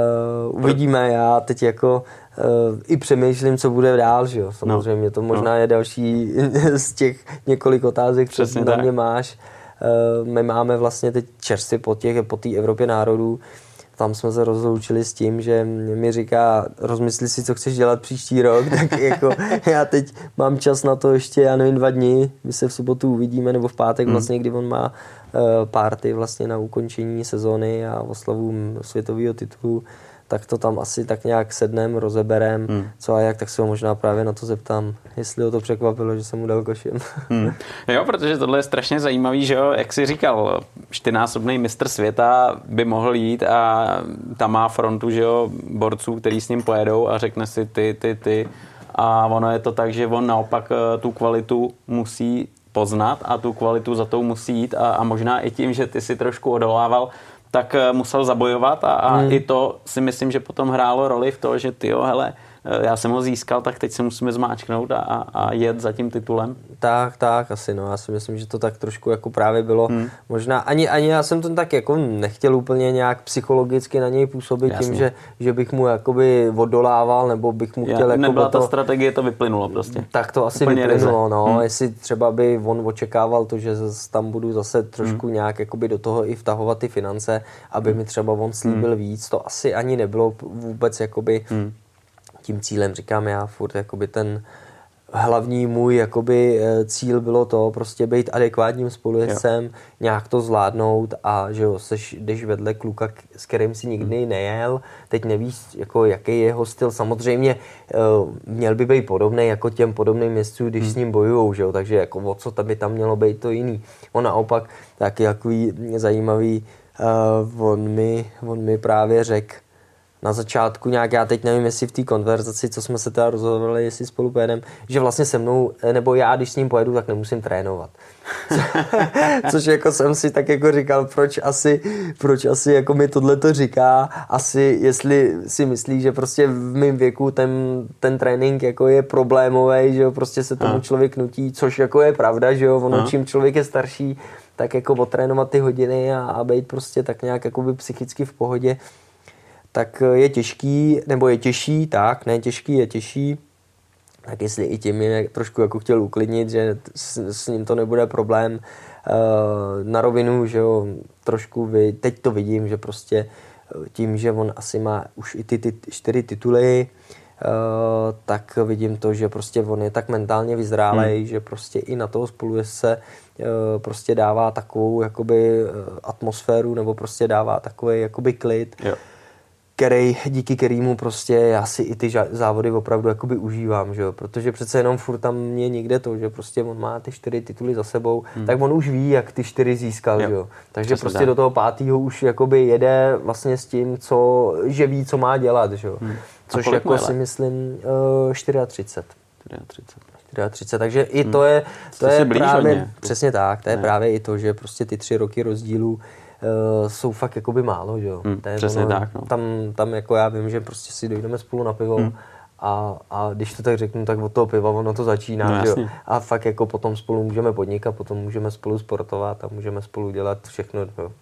S2: Uh, uvidíme, já teď jako uh, i přemýšlím, co bude dál, že jo, samozřejmě, to možná no. je další z těch několik otázek, co na mě máš. Uh, my máme vlastně teď čerstvě po těch, po té Evropě národů, tam jsme se rozloučili s tím, že mi říká, rozmysli si, co chceš dělat příští rok, tak jako já teď mám čas na to ještě, já nevím, dva dny, my se v sobotu uvidíme, nebo v pátek vlastně, kdy on má uh, party vlastně na ukončení sezóny a oslavu světového titulu, tak to tam asi tak nějak sednem, rozeberem, hmm. co a jak, tak se ho možná právě na to zeptám, jestli ho to překvapilo, že jsem mu dal košem.
S1: Hmm. Jo, protože tohle je strašně zajímavý, že jo, jak jsi říkal, čtyřnásobný mistr světa by mohl jít a tam má frontu, že jo, borců, který s ním pojedou a řekne si ty, ty, ty a ono je to tak, že on naopak tu kvalitu musí poznat a tu kvalitu za tou musí jít a, a možná i tím, že ty si trošku odolával, tak musel zabojovat a, a hmm. i to si myslím, že potom hrálo roli v to, že tyjo, hele, já jsem ho získal, tak teď se musíme zmáčknout a, a jet za tím titulem.
S2: Tak, tak, asi no, já si myslím, že to tak trošku jako právě bylo. Hmm. Možná, ani, ani já jsem to tak jako nechtěl úplně nějak psychologicky na něj působit. Jasně. Tím, že, že bych mu jakoby odolával, nebo bych mu chtěl... Já, jako
S1: nebyla
S2: to,
S1: ta strategie, to vyplynulo prostě.
S2: Tak to asi úplně vyplynulo, no. Hmm. Jestli třeba by on očekával to, že tam budu zase trošku hmm. nějak jakoby do toho i vtahovat ty finance, aby hmm. mi třeba on slíbil hmm. víc, to asi ani nebylo vůbec jakoby... Hmm. Tím cílem, říkám já, furt jakoby ten hlavní můj jakoby cíl bylo to prostě být adekvátním spolujezdcem, jo. nějak to zvládnout a že jo, seš, jdeš vedle kluka, s kterým si nikdy hmm. nejel, teď nevíš, jako, jaký je jeho styl, samozřejmě uh, měl by být podobný jako těm podobným jezdcům, když hmm. s ním bojujou, že jo, takže jako o co by tam mělo být to jiný. On naopak taky takový zajímavý, uh, on, mi, on mi právě řekl, na začátku nějak, já teď nevím, jestli v té konverzaci, co jsme se teda rozhodovali, jestli spolu pojedeme, že vlastně se mnou, nebo já, když s ním pojedu, tak nemusím trénovat. Což jako jsem si tak jako říkal, proč asi, proč asi jako mi tohleto říká, asi jestli si myslí, že prostě v mém věku ten, ten trénink jako je problémový, že jo, prostě se tomu člověk nutí, což jako je pravda, že jo, ono čím člověk je starší, tak jako otrénovat ty hodiny a, a být prostě tak nějak jakoby psychicky v pohodě, tak je těžký, nebo je těžší, tak, ne těžký, je těžší, tak jestli i tím je trošku jako chtěl uklidnit, že s, s ním to nebude problém, na rovinu, že jo, trošku vy, teď to vidím, že prostě tím, že on asi má už i ty, ty čtyři tituly, tak vidím to, že prostě on je tak mentálně vyzrálej, hmm. že prostě i na toho spolujezdce prostě dává takovou jakoby atmosféru, nebo prostě dává takový jakoby klid, jo. Který, díky kterému prostě já si i ty závody opravdu jakoby užívám, že jo? Protože přece jenom furt tam je někde to, že prostě on má ty čtyři tituly za sebou, hmm. tak on už ví, jak ty čtyři získal, jo. Že jo? Takže to prostě do toho pátého už jakoby jede vlastně s tím, co, že ví, co má dělat, že jo? Hmm. Což jako si myslím uh, čtyřicet. čtyřicet. čtyřicet. Takže i to je, to je právě, hodně. Přesně tak, to je ne. právě i to, že prostě ty tři roky rozdílů Uh, jsou fakt jakoby málo, že jo.
S1: Hmm, přesně ono, tak, no.
S2: Tam, tam jako já vím, že prostě si dojdeme spolu na pivo hmm. a, a když to tak řeknu, tak od toho piva ono to začíná, no, že jo. A fakt jako potom spolu můžeme podnikat, potom můžeme spolu sportovat a můžeme spolu dělat všechno, jo.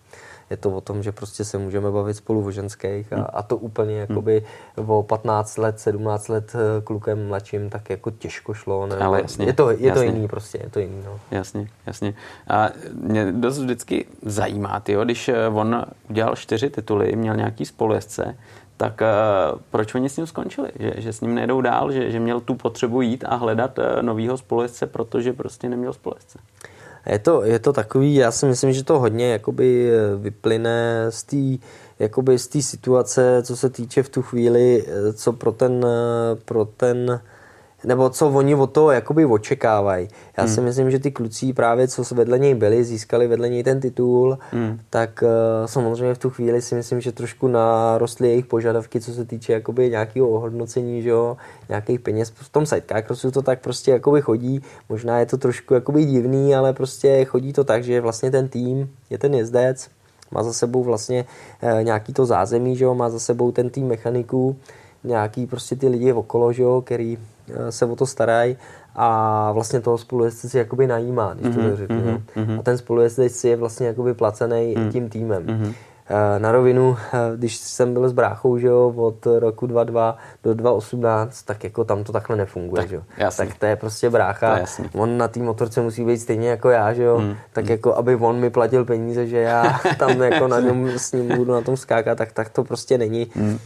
S2: je to o tom, že prostě se můžeme bavit spolu o ženských a, a to úplně jakoby o patnáct let, sedmnáct let klukem mladším tak jako těžko šlo. Ne?
S1: Ale jasně,
S2: je to, je
S1: jasně.
S2: to jiný prostě, je to jiný. No.
S1: Jasně, jasně. A mě dost vždycky zajímá, tyjo, když on udělal čtyři tituly, měl nějaký spolujezdce, tak uh, proč oni s ním skončili? Že, že s ním nejdou dál, že, že měl tu potřebu jít a hledat uh, novýho spolujezdce, protože prostě neměl spolujezdce.
S2: Je to, je to takový, já si myslím, že to hodně jakoby vyplyne z té jakoby z té situace, co se týče v tu chvíli, co pro ten, pro ten nebo co oni od toho jakoby očekávají. Já hmm. si myslím, že ty kluci právě, co vedle něj byli, získali vedle něj ten titul, hmm. tak uh, samozřejmě v tu chvíli si myslím, že trošku narostly jejich požadavky, co se týče jakoby nějakého ohodnocení, že jo, nějakých peněz. V tom sidecarcrossu to tak prostě jakoby chodí. Možná je to trošku jakoby divný, ale prostě chodí to tak, že vlastně ten tým je ten jezdec, má za sebou vlastně uh, nějaký to zázemí, že jo, má za sebou ten tým mechaniků, nějaký prostě ty lidi okolo, že jo, který se o to starají a vlastně toho spolujezdce si jakoby najímá, když mm-hmm, to tak řeknu. Mm-hmm. A ten spolujezdec si je vlastně jakoby placený mm-hmm. tím týmem. Mm-hmm. Na rovinu, když jsem byl s bráchou, že jo, od roku dva dva do dva osmnáct, tak jako tam to takhle nefunguje, tak, že jo. Tak to je prostě brácha.
S1: Je
S2: on na té motorce musí být stejně jako já, že jo. Mm. Tak jako, aby on mi platil peníze, že já tam jako na něm s ním budu na tom skákat, tak, tak to prostě není. Mm.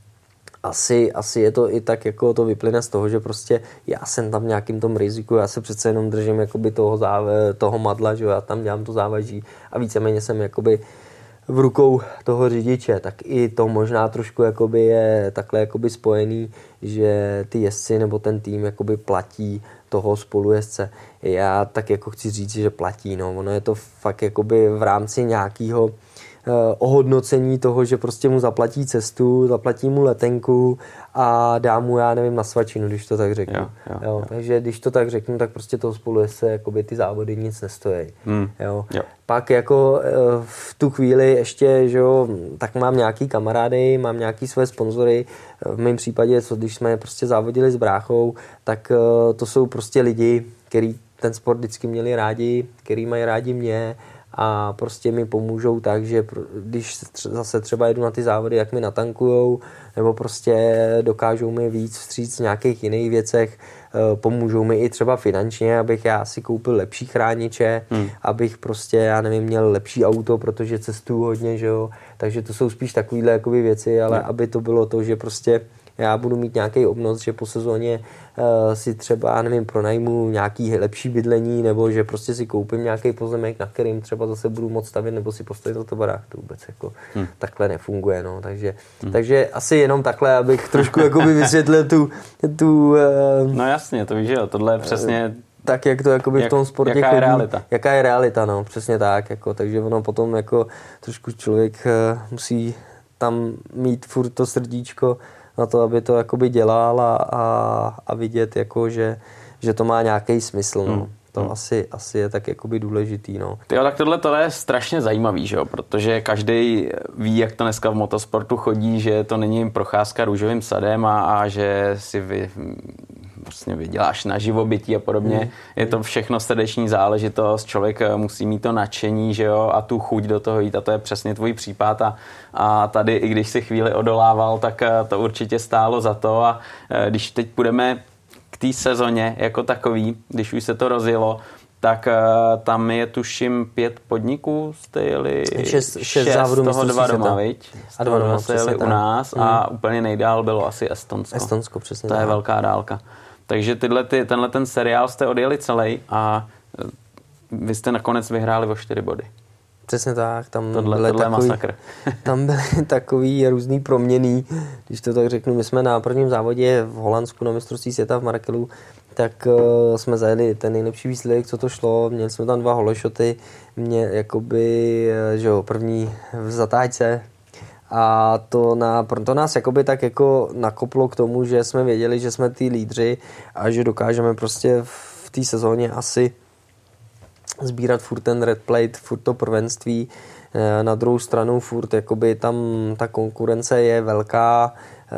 S2: Asi, asi je to i tak, jako to vyplyne z toho, že prostě já jsem tam v nějakým tom riziku, já se přece jenom držím jakoby toho, záve, toho madla, že já tam dělám to závaží a víceméně jsem jakoby v rukou toho řidiče, tak i to možná trošku jakoby je takhle jakoby spojený, že ty jezdci nebo ten tým jakoby platí toho spolujezdce. Já tak jako chci říct, že platí, no, ono je to fakt jakoby v rámci nějakého ohodnocení toho, že prostě mu zaplatí cestu, zaplatí mu letenku a dá mu, já nevím, na svačinu, když to tak řeknu.
S1: Jo, jo,
S2: jo,
S1: jo.
S2: Takže když to tak řeknu, tak prostě toho spolujezdce jakoby ty závody nic nestojí.
S1: Hmm.
S2: Jo.
S1: Jo.
S2: Pak jako v tu chvíli ještě, že jo, tak mám nějaký kamarády, mám nějaký své sponzory. V mém případě, co když jsme prostě závodili s bráchou, tak to jsou prostě lidi, kteří ten sport vždycky měli rádi, který mají rádi mě, a prostě mi pomůžou tak, že když zase třeba jedu na ty závody, jak mi natankujou, nebo prostě dokážou mi víc vstříct v nějakých jiných věcech, pomůžou mi i třeba finančně, abych já si koupil lepší chrániče, hmm. abych prostě, já nevím, měl lepší auto, protože cestuju hodně, že jo, takže to jsou spíš takovýhle jakoby věci, ale hmm. aby to bylo to, že prostě já budu mít nějaký obnos, že po sezóně uh, si třeba, nevím, pronajmu nějaký lepší bydlení, nebo že prostě si koupím nějaký pozemek, na kterým třeba zase budu moct stavět, nebo si postavit za to barák. To vůbec jako hmm. takhle nefunguje, no. Takže, hmm. takže asi jenom takhle, abych trošku jakoby vysvětlil tu... tu uh,
S1: no jasně, to víš, jo, tohle je přesně...
S2: Tak, jak to jakoby jak, v tom sportě
S1: jaká
S2: chodí.
S1: Je realita.
S2: Jaká je realita, no, přesně tak, jako, takže ono potom jako trošku člověk uh, musí tam mít furt to srdíčko na to, aby to jakoby dělal a, a, a vidět, jako, že, že to má nějaký smysl. No. Hmm. To hmm. asi, asi je tak jakoby důležitý. No.
S1: Jo, tak tohle, tohle je strašně zajímavý, že jo? Protože každý ví, jak to dneska v motosportu chodí, že to není procházka růžovým sadem a, a že si vy, vlastně vyděláš na živobytí a podobně. Hmm. Je to všechno srdeční záležitost, člověk musí mít to nadšení, že jo, a tu chuť do toho jít a to je přesně tvůj případ a, a tady, i když si chvíli odolával, tak to určitě stálo za to a když teď půjdeme k té sezóně jako takový, když už se to rozjelo, tak uh, tam je tuším pět podniků, jste jeli
S2: šest, šest závodů,
S1: z toho dva doma, viď?
S2: A dva doma,
S1: jste jeli u nás mm. a úplně nejdál bylo asi Estonsko.
S2: Estonsko, přesně.
S1: To
S2: tak.
S1: je velká dálka. Takže tyhle, ty, tenhle ten seriál jste odjeli celý a vy jste nakonec vyhráli o čtyři body.
S2: Přesně tak, tam
S1: tohle,
S2: byly
S1: tohle
S2: takový,
S1: masakr.
S2: tam byly takový různý proměny, když to tak řeknu. My jsme na prvním závodě v Holandsku na mistrovství světa v Markelu, tak uh, jsme zajeli ten nejlepší výsledek, co to šlo. Měli jsme tam dva holešoty, mě jakoby, že jo, první v zatáčce. A to, na, to nás jakoby tak jako nakoplo k tomu, že jsme věděli, že jsme ty lídři a že dokážeme prostě v té sezóně asi sbírat furt ten red plate, furt to prvenství. Na druhou stranu furt jakoby tam ta konkurence je velká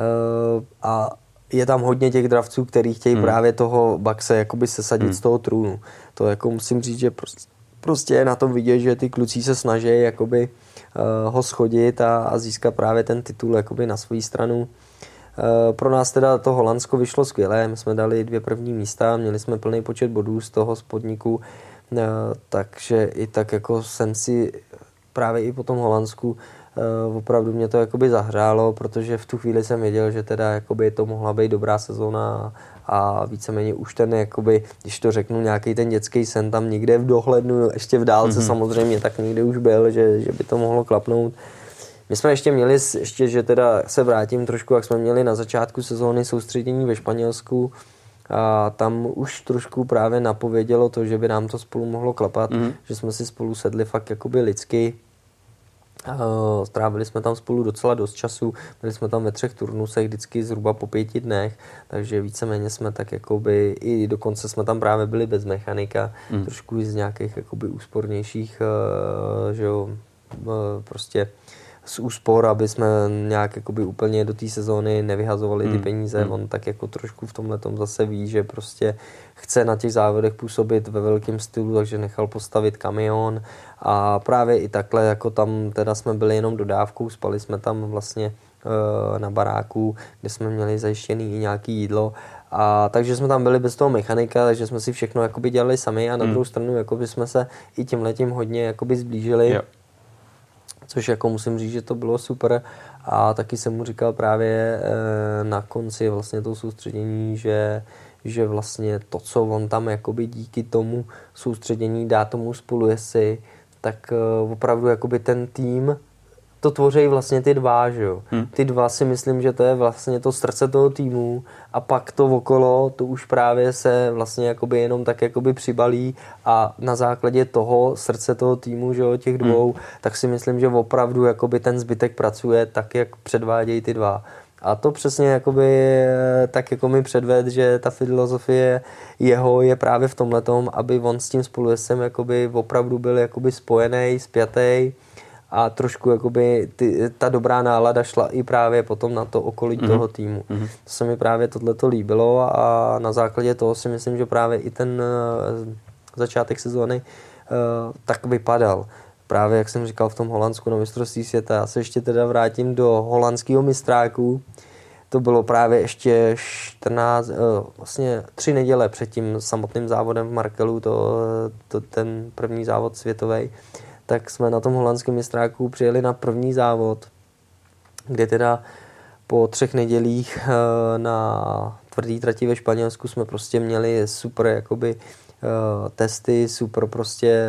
S2: a je tam hodně těch dravců, kteří chtějí hmm. právě toho Baxe jakoby sesadit hmm. z toho trůnu. To jako musím říct, že prostě prostě je na tom vidět, že ty kluci se snaží jakoby uh, ho schodit a, a získat právě ten titul jakoby na svou stranu. Uh, pro nás teda to Holandsko vyšlo skvěle, my jsme dali dvě první místa, měli jsme plný počet bodů z toho spodníku, uh, takže i tak jako jsem si právě i po tom Holandsku uh, opravdu mě to jakoby zahřálo, protože v tu chvíli jsem věděl, že teda jakoby to mohla být dobrá sezóna a víceméně už ten, jakoby, když to řeknu, nějaký ten dětský sen tam někde v dohlednu, ještě v dálce mm-hmm. samozřejmě, tak někde už byl, že, že by to mohlo klapnout. My jsme ještě měli, ještě, že teda se vrátím trošku, jak jsme měli na začátku sezóny soustředění ve Španělsku a tam už trošku právě napovědělo to, že by nám to spolu mohlo klapat, mm-hmm. že jsme si spolu sedli fakt jakoby lidsky. Uh, strávili jsme tam spolu docela dost času, byli jsme tam ve třech turnusech vždycky zhruba po pěti dnech, takže víceméně jsme tak jakoby, i dokonce jsme tam právě byli bez mechanika, mm. trošku z nějakých jakoby úspornějších, uh, že jo, uh, prostě z úspor, aby jsme nějak jakoby úplně do té sezóny nevyhazovali ty mm. peníze. Mm. On tak jako trošku v tomhletom zase ví, že prostě chce na těch závodech působit ve velkém stylu, takže nechal postavit kamion a právě i takhle, jako tam teda jsme byli jenom dodávkou, spali jsme tam vlastně e, na baráku, kde jsme měli zajištěný i nějaký jídlo. A takže jsme tam byli bez toho mechanika, takže jsme si všechno jakoby dělali sami a na mm. druhou stranu jakoby jsme se i tímhletím hodně jakoby zblížili. Jo. Což jako musím říct, že to bylo super a taky jsem mu říkal právě e, na konci vlastně toho soustředění, že, že vlastně to, co on tam jakoby díky tomu soustředění dá tomu spolujezdci, tak e, opravdu jakoby ten tým to tvoří vlastně ty dva, že jo. Hmm. Ty dva si myslím, že to je vlastně to srdce toho týmu a pak to okolo, to už právě se vlastně jakoby jenom tak jakoby přibalí a na základě toho srdce toho týmu, že jo, těch dvou, hmm. tak si myslím, že opravdu jakoby ten zbytek pracuje tak, jak předvádějí ty dva. A to přesně jakoby tak jako mi předved, že ta filozofie jeho je právě v tomhletom, aby on s tím spolujezdcem jakoby opravdu byl jakoby spojený, spjatý, a trošku jakoby ty, ta dobrá nálada šla i právě potom na to okolí mm-hmm. toho týmu. Mm-hmm. To se mi právě tohleto líbilo a na základě toho si myslím, že právě i ten uh, začátek sezóny uh, tak vypadal. Právě jak jsem říkal v tom Holandsku na mistrovství světa. Já se ještě teda vrátím do holandského mistráku. To bylo právě ještě čtrnáct, uh, vlastně tři neděle před tím samotným závodem v Markelu, to, to ten první závod světový. Tak jsme na tom holandském mistráku přijeli na první závod, kde teda po třech nedělích na tvrdý trati ve Španělsku jsme prostě měli super jakoby testy, super prostě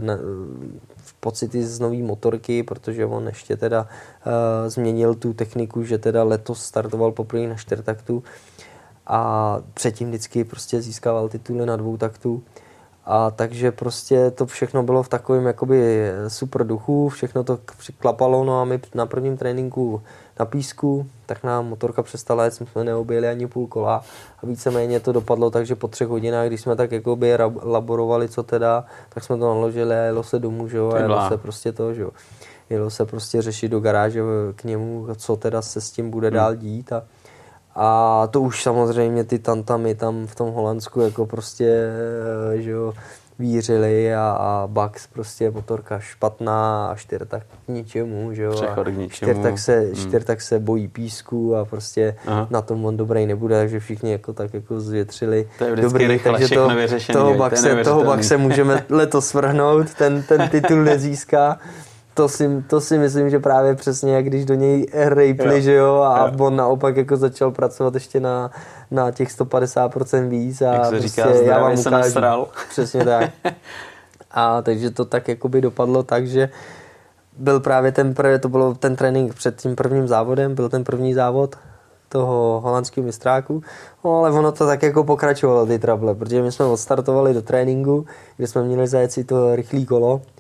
S2: pocity z nový motorky, protože on ještě teda změnil tu techniku, že teda letos startoval poprvé na čtyřtaktu a předtím vždycky prostě získával tituly na dvou taktů. A takže prostě to všechno bylo v takovém jakoby super duchu, všechno to klapalo, no a my na prvním tréninku na písku, tak nám motorka přestala jet, jsme neobjeli ani půl kola a víceméně to dopadlo tak, že po třech hodinách, když jsme tak jakoby laborovali, co teda, tak jsme to naložili a jelo se domů, že jo, a jelo se prostě to, že jo. Jelo se prostě řešit do garáže k němu, co teda se s tím bude hmm. dál dít a A to už samozřejmě ty tantamy tam v tom Holandsku jako prostě, že jo, vířili a, a Bax prostě motorka špatná a čtyřtak k ničemu, že jo.
S1: Přechod k ničemu.
S2: Čtyřtak se, hmm. čtyřtak se bojí písku a prostě Aha. na tom on dobrý nebude, takže všichni jako tak jako zvětřili.
S1: To je vždycky rychle,
S2: takže to,
S1: vyřešený,
S2: toho Baxe, toho Baxe můžeme letos svrhnout, ten, ten titul nezíská. To si, to si myslím, že právě přesně jak když do něj rejpli, že jo, a jo. on naopak jako začal pracovat ještě na, na těch sto padesát procent víc a
S1: jak se
S2: prostě
S1: říká,
S2: já vám
S1: se
S2: ukážu.
S1: nasral.
S2: Přesně tak. A takže to tak jakoby dopadlo tak, že byl právě ten, to bylo ten trénink před tím prvním závodem, byl ten první závod toho holandského mistráku, no, ale ono to tak jako pokračovalo ty trable, protože my jsme odstartovali do tréninku, kde jsme měli zajet si to rychlé kolo.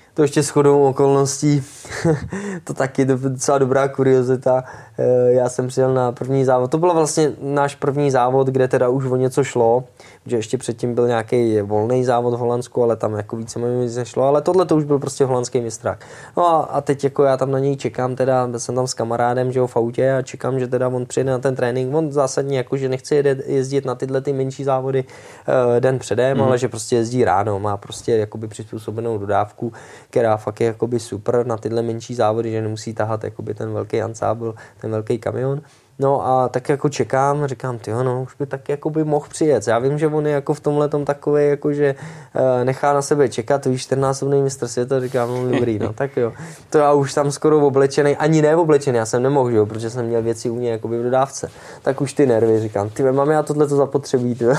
S2: To ještě shodou okolností, to taky docela dobrá kuriozita. Já jsem přijel na první závod, to byl vlastně náš první závod, kde teda už o něco šlo, že ještě předtím byl nějaký volný závod v Holandsku, ale tam jako víceméně nic nešlo, ale tohle to už byl prostě holandský mistrák. No a, a teď jako já tam na něj čekám, teda jsem tam s kamarádem, že jo, v autě a čekám, že teda on přijde na ten trénink, on zásadně jako, že nechce jezdit na tyhle ty menší závody uh, den předem, mm. ale že prostě jezdí ráno, má prostě jakoby přizpůsobenou dodávku, která fakt je jakoby super na tyhle menší závody, že nemusí tahat jakoby ten velký ansábl, ten velký kamion. No a tak jako čekám, říkám, tyjo, no, už by tak jako by mohl přijet. Já vím, že on je jako v tomhletom takovej, jako že e, nechá na sebe čekat, to víš, čtrnásobný mistr světa, říkám, no dobrý, no tak jo. To já už tam skoro oblečený, ani ne oblečený, já jsem nemohl, jo, protože jsem měl věci u mě jakoby v dodávce. Tak už ty nervy, říkám, ty mám já tohleto zapotřebí, tyjo.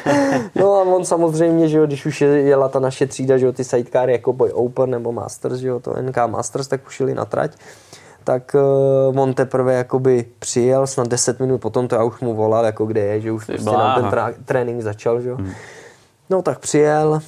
S2: No a on samozřejmě, že jo, když už jela ta naše třída, že jo, ty sidecary jako Boy Open nebo Masters, že jo, to N K Masters, tak už jeli na trať. Tak uh, on teprve jakoby přijel, snad deset minut potom, to já už mu volal, jako kde je, že už prostě nám ten tra- trénink začal, že? Hmm. No tak přijel,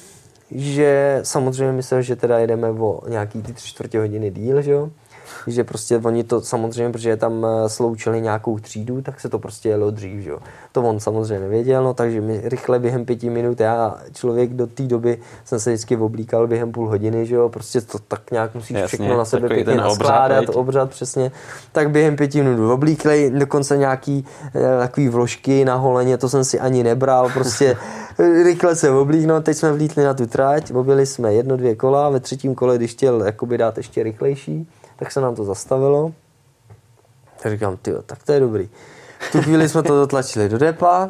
S2: že samozřejmě myslel, že teda jedeme o nějaký ty tři čtvrtě hodiny díl, že jo? Že prostě oni to samozřejmě, protože tam sloučili nějakou třídu, tak se to prostě jelo dřív, že jo. To on samozřejmě nevěděl, no takže mi rychle během pěti minut, já člověk do té doby jsem se vždycky oblíkal během půl hodiny, že jo, prostě to tak nějak musíš Jasně, všechno na sebe pěkně naskládat, obřad, obřad přesně. Tak během pěti minut oblíkli, dokonce nějaký eh, takový vložky na holeně, to jsem si ani nebral, prostě rychle se oblíknout, teď jsme vlítli na tu trať, objeli jsme jedno, dvě kola, ve třetím kole, když chtěl jakoby dát ještě rychlejší, tak se nám to zastavilo. Tak říkám, tyjo, tak to je dobrý. V tu chvíli jsme to dotlačili do depa.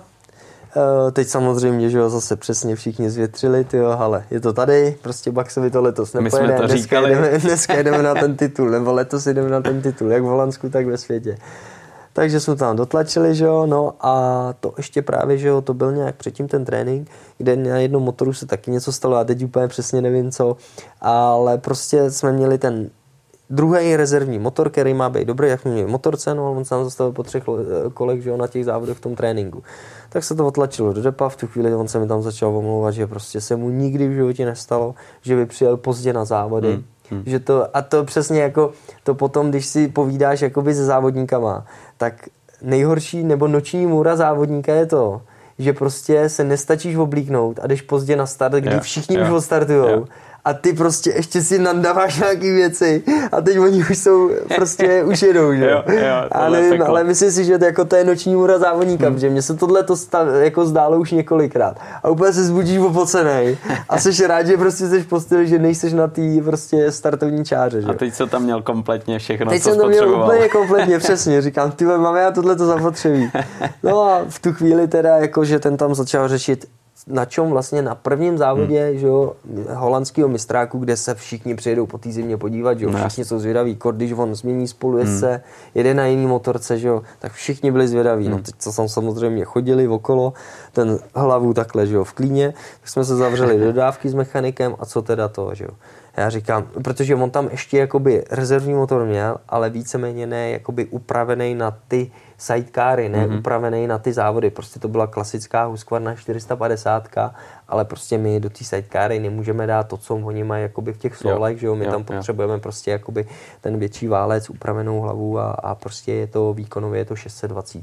S2: E, teď samozřejmě, že jo, zase přesně všichni zvětřili, tyjo, ale je to tady, prostě Baxovi to letos nepojede.
S1: My jsme to
S2: dneska
S1: říkali.
S2: Jdeme, dneska jdeme na ten titul, nebo letos jdeme na ten titul, jak v Holandsku, tak ve světě. Takže jsme tam dotlačili, že jo, no a to ještě právě, že jo, to byl nějak předtím ten trénink, kde na jednom motoru se taky něco stalo, a teď úplně přesně nevím co, ale prostě jsme měli ten druhý rezervní motor, který má být dobrý, jak jsme měli motorce, no ale on se nám zastavil po třech kolech, že jo, na těch závodech v tom tréninku. Tak se to otlačilo do depa, v tu chvíli on se mi tam začal omlouvat, že prostě se mu nikdy v životě nestalo, že by přijel pozdě na závody. Hmm. Hmm. Že to, a to přesně jako to potom, když si povídáš jakoby se závodníkama, tak nejhorší nebo noční můra závodníka je to, že prostě se nestačíš oblíknout a jdeš pozdě na start, kdy yeah, všichni yeah, už odstartujou. Yeah. A ty prostě ještě si nadáváš nějaký věci a teď oni už jsou, prostě už jedou, že jo. Ale, ale myslím si, že to, jako to je noční můra závodníka, hmm. protože mně se tohle to stav, jako zdálo už několikrát. A úplně se zbudíš opocenej a jsi rád, že prostě jsi v posteli, že nejseš na té prostě startovní čáře, že?
S1: A teď se tam měl kompletně všechno,
S2: teď
S1: co
S2: jsem to měl
S1: spotřeboval.
S2: úplně kompletně, přesně. Říkám, ty máme já tohle to zapotřebí. No a v tu chvíli teda, jako, že ten tam začal řešit, na čem vlastně na prvním závodě, hmm. že jo, holandského mistráku, kde se všichni přijedou po té zimě podívat, že jo, všichni jsou zvědaví, kor, když on změní spolujezdce, hmm. jede na jiný motorce, že jo, tak všichni byli zvědaví. Hmm. No teď co tam samozřejmě chodili okolo, ten hlavu takhle, že jo, v klíně, tak jsme se zavřeli do dodávky s mechanikem a co teda to, že jo. Já říkám, protože on tam ještě jakoby rezervní motor měl, ale víceméně ne jakoby upravený na ty sidecary, ne mm-hmm. upravený na ty závody. Prostě to byla klasická Husqvarna čtyři sta padesát, ale prostě my do té sidecary nemůžeme dát to, co oni mají jakoby v těch solech, že jo, my jo, tam potřebujeme jo. prostě jakoby ten větší válec, upravenou hlavu a, a prostě je to výkonově je to šest set dvacet.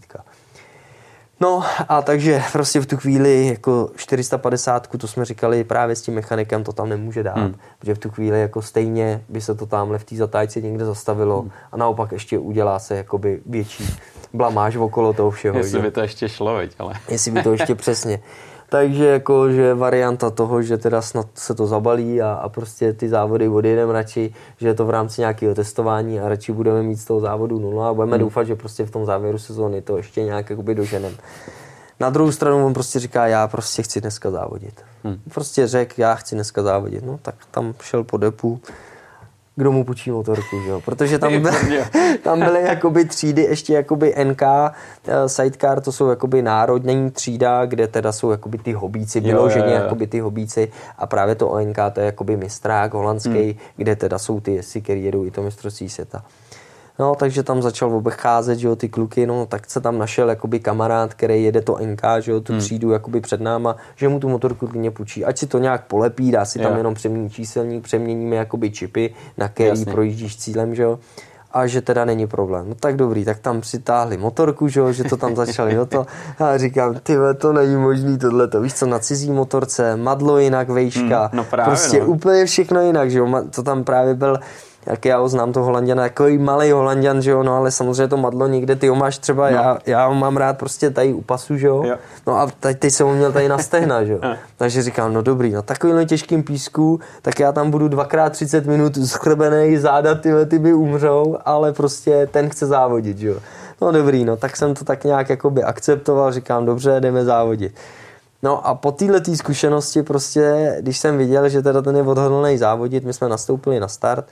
S2: No a takže prostě v tu chvíli jako čtyři sta padesát, to jsme říkali právě s tím mechanikem, to tam nemůže dát, hmm. protože v tu chvíli jako stejně by se to tamhle v té zatájce někde zastavilo hmm. a naopak ještě udělá se jakoby větší blamáž okolo toho všeho.
S1: Jestli
S2: že?
S1: by to ještě šlo, veď, ale...
S2: Jestli by to ještě přesně. Takže jako, že varianta toho, že teda snad se to zabalí a, a prostě ty závody odjedeme radši, že je to v rámci nějakého testování a radši budeme mít z toho závodu nula a budeme hmm. doufat, že prostě v tom závěru sezóny to ještě nějak jakoby doženem. Na druhou stranu on prostě říká, já prostě chci dneska závodit. Hmm. Prostě řekl, já chci dneska závodit. No tak tam šel po depu, kdo mu půjčí motorku, že jo? Protože tam, byl, tam byly jakoby třídy, ještě jakoby N K, sidecar, to jsou jakoby národní třída, kde teda jsou jakoby ty hobíci, vyloženě jakoby ty hobíci a právě to O N K, to je jakoby mistrák holandský, hmm. kde teda jsou ty jezdci, který jedou i to mistrovství světa. No, takže tam začal obcházet, že jo, ty kluky, no, tak se tam našel jakoby kamarád, který jede to N K, že jo, tu hmm. třídu jakoby před náma, že mu tu motorku klidně půjčí, ať si to nějak polepí, dá si tam jo. jenom přeměnit číselník, přeměníme jakoby čipy, na který Jasně. projíždíš cílem, že jo. A že teda není problém. No tak dobrý, tak tam přitáhli motorku, že, že to tam začali do toho. A říkám, ty to není možný tohleto. Víš co, na cizí motorce, madlo jinak, vejška,
S1: hmm, no právě,
S2: prostě
S1: no.
S2: úplně všechno jinak, že jo. To tam právě byl, jak já ho znám, to Holanděna, takový malý Holanděn, že jo, no ale samozřejmě to madlo někde, ty ho máš třeba, no. já, já ho mám rád prostě tady u pasu, že jo, no a teď, teď jsem ho měl tady na stehna, že jo, takže říkám, no dobrý, na takovýhle těžkým písku, tak já tam budu dvakrát třicet minut schrbenej, záda tyhle ty by umřou, ale prostě ten chce závodit, že jo, no dobrý, no tak jsem to tak nějak jakoby akceptoval, říkám, dobře, jdeme závodit. No a po této zkušenosti prostě, když jsem viděl, že teda ten je odhodlný závodit, my jsme nastoupili na start,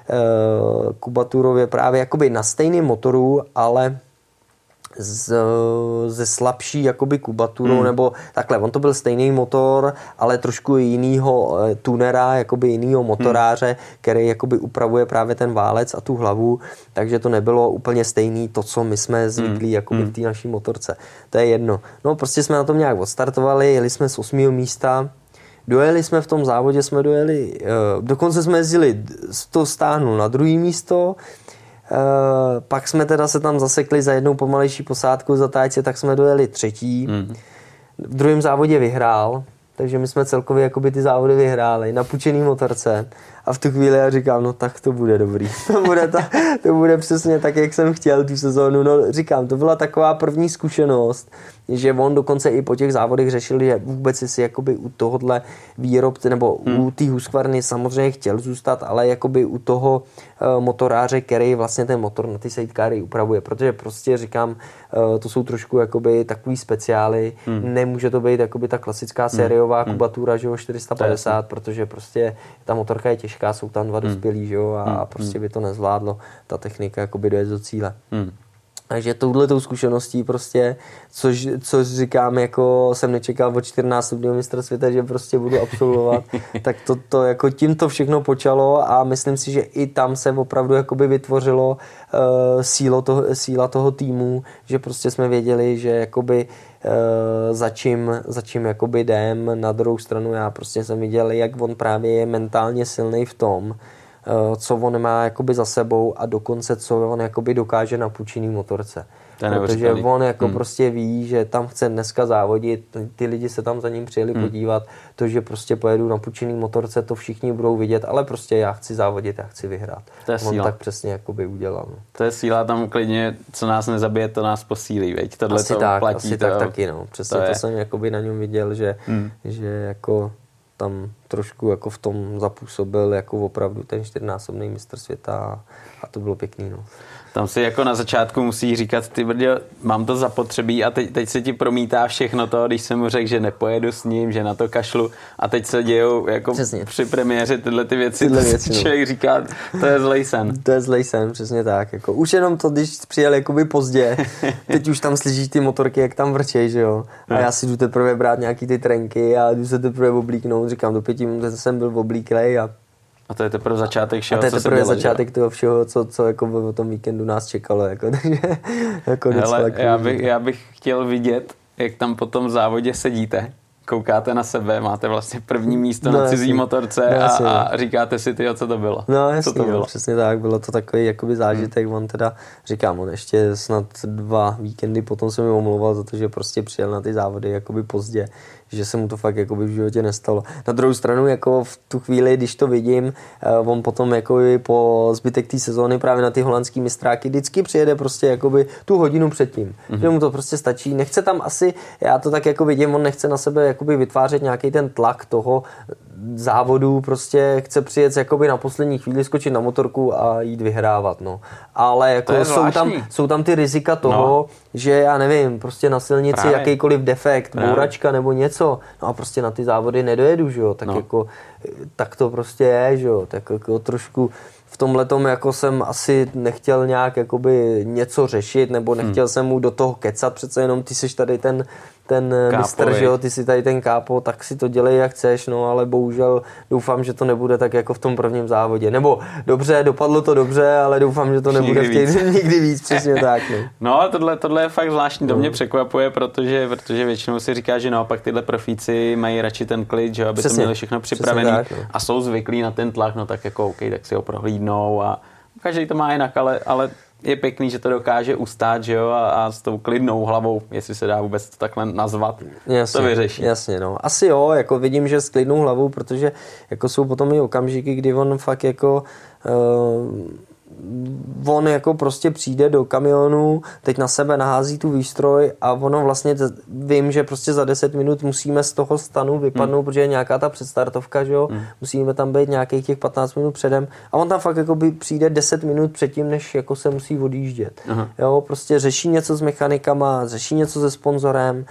S2: Kubaturově právě jakoby na stejném motoru, ale z, ze slabší jakoby kubaturou, hmm. nebo takhle, on to byl stejný motor, ale trošku jinýho tunera, jakoby jinýho motoráře, hmm. který jakoby upravuje právě ten válec a tu hlavu, takže to nebylo úplně stejný to, co my jsme zvyklí hmm. jakoby v té naší motorce. To je jedno. No prostě jsme na tom nějak odstartovali, jeli jsme z osmého místa, dojeli jsme v tom závodě, jsme dojeli, uh, dokonce jsme jezdili, to stáhnul na druhé místo, uh, pak jsme teda se tam zasekli za jednou pomalejší posádku za tájce, tak jsme dojeli třetí. Mm. V druhém závodě vyhrál, takže my jsme celkově jakoby ty závody vyhráli na půjčený motorce a v tu chvíli já říkám, no tak to bude dobrý. To bude, ta, to bude přesně tak, jak jsem chtěl tu sezónu. No říkám, to byla taková první zkušenost, že on dokonce i po těch závodech řešil, že vůbec si jakoby u tohohle výrobce nebo hmm. u té Husqvarny samozřejmě chtěl zůstat, ale jakoby u toho uh, motoráře, který vlastně ten motor na ty sidecary upravuje, protože prostě říkám, uh, to jsou trošku jakoby takový speciály, hmm. nemůže to být jakoby ta klasická sériová hmm. kubatura, že jo, čtyři sta padesát, protože prostě ta motorka je těžká, jsou tam dva hmm. dospělí, že jo, a hmm. prostě by to nezvládlo ta technika jakoby dojet do cíle. Hmm. Takže touhletou zkušeností prostě, což, což říkám, jako jsem nečekal od čtrnáctinásobného mistra světa, že prostě budu absolvovat, tak to, to jako tím to všechno počalo a myslím si, že i tam se opravdu jakoby vytvořilo uh, sílo toho, síla toho týmu, že prostě jsme věděli, že jakoby uh, za čím, za čím jakoby jdem. Na druhou stranu já prostě jsem viděl, jak on právě je mentálně silný v tom, co on má jakoby za sebou a dokonce co on jakoby dokáže na půjčený motorce. Protože on jako hmm. prostě ví, že tam chce dneska závodit, ty lidi se tam za ním přijeli hmm. podívat, to, že prostě pojedu na půjčený motorce, to všichni budou vidět, ale prostě já chci závodit, já chci vyhrát.
S1: To je
S2: on
S1: síla.
S2: Tak přesně jakoby udělal. No.
S1: To je síla, tam klidně, co nás nezabije, to nás posílí, veď? Tohle
S2: asi
S1: to
S2: tak,
S1: platí.
S2: Asi
S1: to,
S2: tak taky, no. Přesně to, to jsem jakoby na něm viděl, že, hmm. že jako tam trošku jako v tom zapůsobil jako opravdu ten čtyřnásobný mistr světa a to bylo pěkný. No.
S1: Tam si jako na začátku musí říkat, ty brďo, mám to zapotřebí a teď, teď se ti promítá všechno to, když jsem mu řekl, že nepojedu s ním, že na to kašlu a teď se dějou jako přesně. Při premiéře tyhle ty věci, tyhle věci no. Člověk říká, to je zlej sen.
S2: To je zlej sen, přesně tak. Jako, už jenom to, když přijel jakoby pozdě, teď už tam slyšíš ty motorky, jak tam vrčej, že jo. A já si jdu teprve brát nějaký ty trenky a jdu se teprve oblíknout, říkám, do pěti minut jsem byl oblíklej a
S1: A to je teprve začátek všeho,
S2: co se dělo. A to je teprve začátek
S1: dělo.
S2: toho všeho, co, co jako v tom víkendu nás čekalo. Jako, takže, jako
S1: Hele, já, bych, já bych chtěl vidět, jak tam po tom závodě sedíte, koukáte na sebe, máte vlastně první místo no, na cizí jasný. motorce no, a, a říkáte si, tyjo, co to bylo.
S2: No jasný,
S1: co to bylo?
S2: No, přesně tak, bylo to takový jakoby zážitek, hmm. on teda, říkám, on ještě snad dva víkendy potom se mi omlouval za to, že prostě přijel na ty závody jakoby pozdě, že se mu to fakt jakoby v životě nestalo. Na druhou stranu, jako v tu chvíli, když to vidím, on potom jako po zbytek té sezóny právě na ty holandský mistráky vždycky přijede prostě jakoby tu hodinu předtím. Mm-hmm. Že mu to prostě stačí. Nechce tam asi, já to tak jako vidím, on nechce na sebe jakoby vytvářet nějaký ten tlak toho závodu, prostě chce přijet jakoby na poslední chvíli, skočit na motorku a jít vyhrávat, no. Ale jako jsou tam, jsou tam ty rizika toho, no. že já nevím, prostě na silnici právě. Jakýkoliv defekt, právě. Bouračka nebo něco, no a prostě na ty závody nedojedu, že jo, tak no. jako, tak to prostě je, že jo, tak jako trošku v tomhletom jako jsem asi nechtěl nějak jakoby něco řešit, nebo nechtěl hmm. jsem mu do toho kecat, přece jenom ty seš tady ten ten mistr, že jo, ty si tady ten kápo, tak si to dělej jak chceš, no ale bohužel doufám, že to nebude tak jako v tom prvním závodě. Nebo dobře, dopadlo to dobře, ale doufám, že to nebude nikdy v těch víc. nikdy víc, přesně tak. No,
S1: no tohle, tohle je fakt zvláštní, to mě překvapuje, protože, protože většinou si říká, že naopak tyhle profíci mají radši ten klid, že aby přesně, to měli všechno připravený tak, no. a jsou zvyklí na ten tlak, no tak jako OK, tak si ho prohlídnou a každý to má jinak, ale, ale je pěkný, že to dokáže ustát, že jo, a, a s tou klidnou hlavou, jestli se dá vůbec to takhle nazvat, jasně, to vyřeší.
S2: Jasně, no. Asi jo, jako vidím, že s klidnou hlavou, protože jako jsou potom i okamžiky, kdy on fakt jako uh, on jako prostě přijde do kamionu, teď na sebe nahází tu výstroj a ono vlastně vím, že prostě za deset minut musíme z toho stanu vypadnout, hmm. protože je nějaká ta předstartovka, že jo, hmm. musíme tam být nějakých těch patnáct minut předem a on tam fakt jako by přijde deset minut předtím, než jako se musí odjíždět. Aha. Jo, prostě řeší něco s mechanikama, řeší něco se sponzorem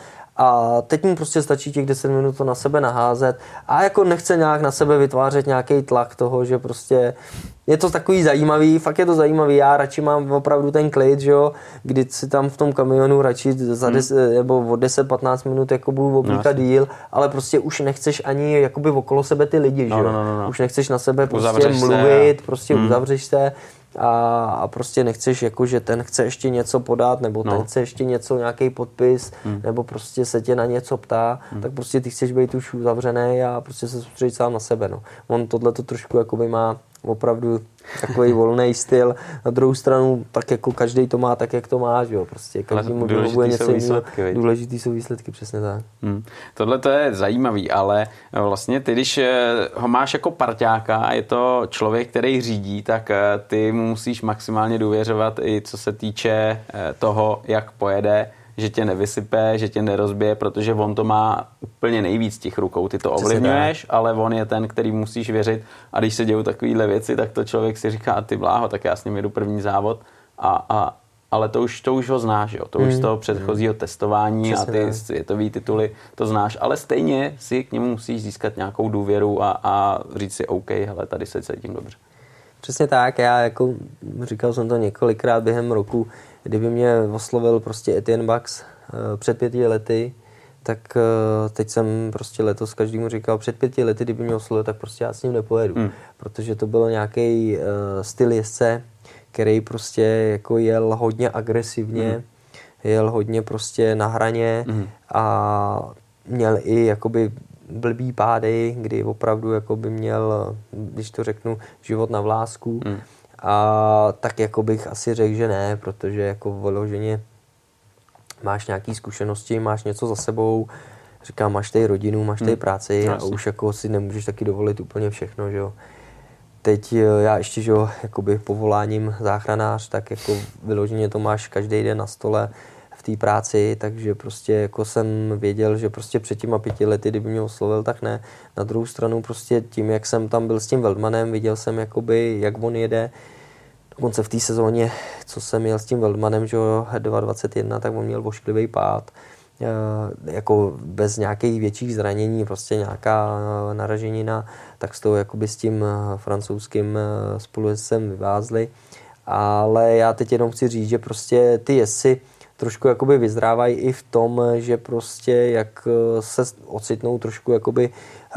S2: a teď mu prostě stačí těch deset minut to na sebe naházet a jako nechce nějak na sebe vytvářet nějaký tlak toho, že prostě je to takový zajímavý, fakt je to zajímavý, já radši mám opravdu ten klid, že jo, kdy si tam v tom kamionu radši za hmm. deset, nebo o deset patnáct minut jako budu oblíkat no, díl, ale prostě už nechceš ani jakoby okolo sebe ty lidi, no, že jo, no, no, no. už nechceš na sebe prostě uzavřeš mluvit, se, prostě hmm. uzavřeš se a, a prostě nechceš jako, že ten chce ještě něco podat, nebo no. ten chce ještě něco, nějaký podpis, hmm. nebo prostě se tě na něco ptá, hmm. tak prostě ty chceš být už uzavřený a prostě se soustředit sám na sebe, no. On tohle to trošku jakoby má opravdu takový volný styl. Na druhou stranu, tak jako každý to má tak, jak to má, že jo, prostě každému vyhovuje něco jiného. Důležitý jsou výsledky, přesně tak.
S1: Hmm. Tohle to je zajímavý, ale vlastně ty, když ho máš jako parťáka a je to člověk, který řídí, tak ty mu musíš maximálně důvěřovat i co se týče toho, jak pojede, že tě nevysype, že tě nerozbije, protože on to má úplně nejvíc těch rukou. Ty to ovlivňuješ, ale on je ten, který musíš věřit. A když se dějou takovéhle věci, tak to člověk si říká, ty bláho, tak já s ním jedu první závod. A, a, ale to už, to už ho znáš, jo. To už z toho předchozího testování a ty světový tituly to znáš. Ale stejně si k němu musíš získat nějakou důvěru a, a říct si, OK, hele, tady se cítím dobře.
S2: Přesně tak, já jako říkal jsem to několikrát během roku, kdyby mě oslovil prostě Etienne Bax před pěti lety, tak teď jsem prostě letos každému říkal, před pěti lety, kdyby mě oslovil, tak prostě já s ním nepojedu, hmm. protože to byl nějaký uh, styl jezdce, který prostě jako jel hodně agresivně, hmm. jel hodně prostě na hraně hmm. a měl i jakoby blbý pády, kdy opravdu jakoby měl, když to řeknu, život na vlásku. Hmm. A tak jako bych asi řekl, že ne, protože jako vyloženě máš nějaké zkušenosti, máš něco za sebou, říkám, máš tady rodinu, máš tady práci hmm. a už jako si nemůžeš taky dovolit úplně všechno, že jo. Teď já ještě, že jo, jakoby povoláním záchranář, tak jako vyloženě to máš každý den na stole v té práci, takže prostě jako jsem věděl, že prostě před těma pěti lety, kdyby mě oslovil, tak ne. Na druhou stranu prostě tím, jak jsem tam byl s tím Veldmanem, viděl jsem jakoby, jak on jede. Dokonce v té sezóně, co jsem jel s tím Veldmanem, že jo, dvacet jedna, tak on měl ošklivý pád. E, jako bez nějakých větších zranění, prostě nějaká naraženina, tak s toho jakoby s tím francouzským spolujezdcem vyvázli. Ale já teď jenom chci říct, že prostě ty jezdci trošku jakoby vyzrávají i v tom, že prostě jak se ocitnou trošku jakoby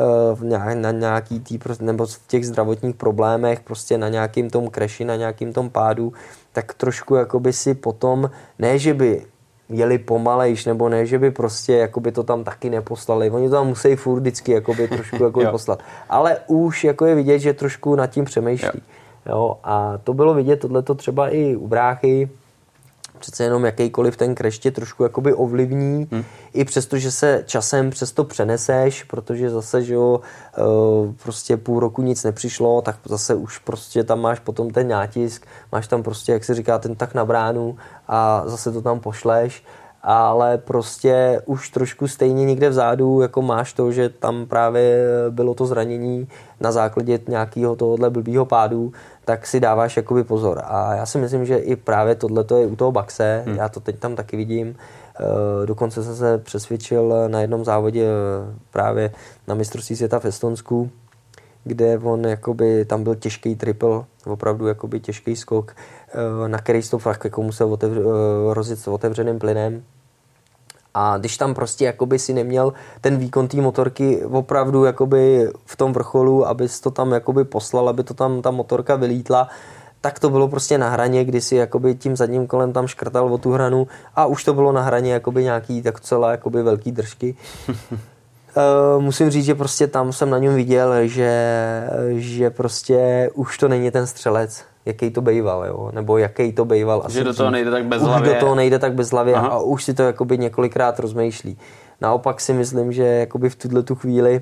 S2: na nějaký tý, nebo v těch zdravotních problémech, prostě na nějakým tom crashi, na nějakým tom pádu, tak trošku jakoby si potom, ne že by jeli pomalejš, nebo ne, že by prostě jakoby to tam taky neposlali. Oni to tam musí furt vždycky jakoby trošku jakoby poslat. Ale už jako je vidět, že trošku nad tím přemýšlí. Jo. Jo, a to bylo vidět, tohleto třeba i u bráchy, přece jenom jakýkoliv ten crash tě trošku jakoby ovlivní, hmm. i přesto, že se časem přesto přeneseš, protože zase, že jo, prostě půl roku nic nepřišlo, tak zase už prostě tam máš potom ten nátisk, máš tam prostě, jak se říká, ten tak na bránu a zase to tam pošleš, ale prostě už trošku stejně někde vzadu, jako máš to, že tam právě bylo to zranění na základě nějakého tohohle blbýho pádu, tak si dáváš jakoby pozor. A já si myslím, že i právě tohleto je u toho Baxe, hmm. já to teď tam taky vidím. Dokonce jsem se přesvědčil na jednom závodě právě na mistrovství světa v Estonsku, kde on jakoby, tam byl těžký triple, opravdu jakoby těžký skok, na který to fakt jako musel otevř, rozjet s otevřeným plynem. A když tam prostě jakoby si neměl ten výkon té motorky opravdu jakoby v tom vrcholu, abys to tam jakoby poslal, aby to tam ta motorka vylítla, tak to bylo prostě na hraně, kdy si jakoby tím zadním kolem tam škrtal o tu hranu a už to bylo na hraně jakoby nějaký tak celá jakoby velký držky. Uh, musím říct, že prostě tam jsem na něm viděl, že, že prostě už to není ten střelec, jaký to bejval, jo? Nebo jaký to bejval.
S1: Že do toho nejde tak bezhlavě.
S2: Už do toho nejde tak bezhlavě a už si to jakoby několikrát rozmýšlí. Naopak si myslím, že jakoby v tuhle tu chvíli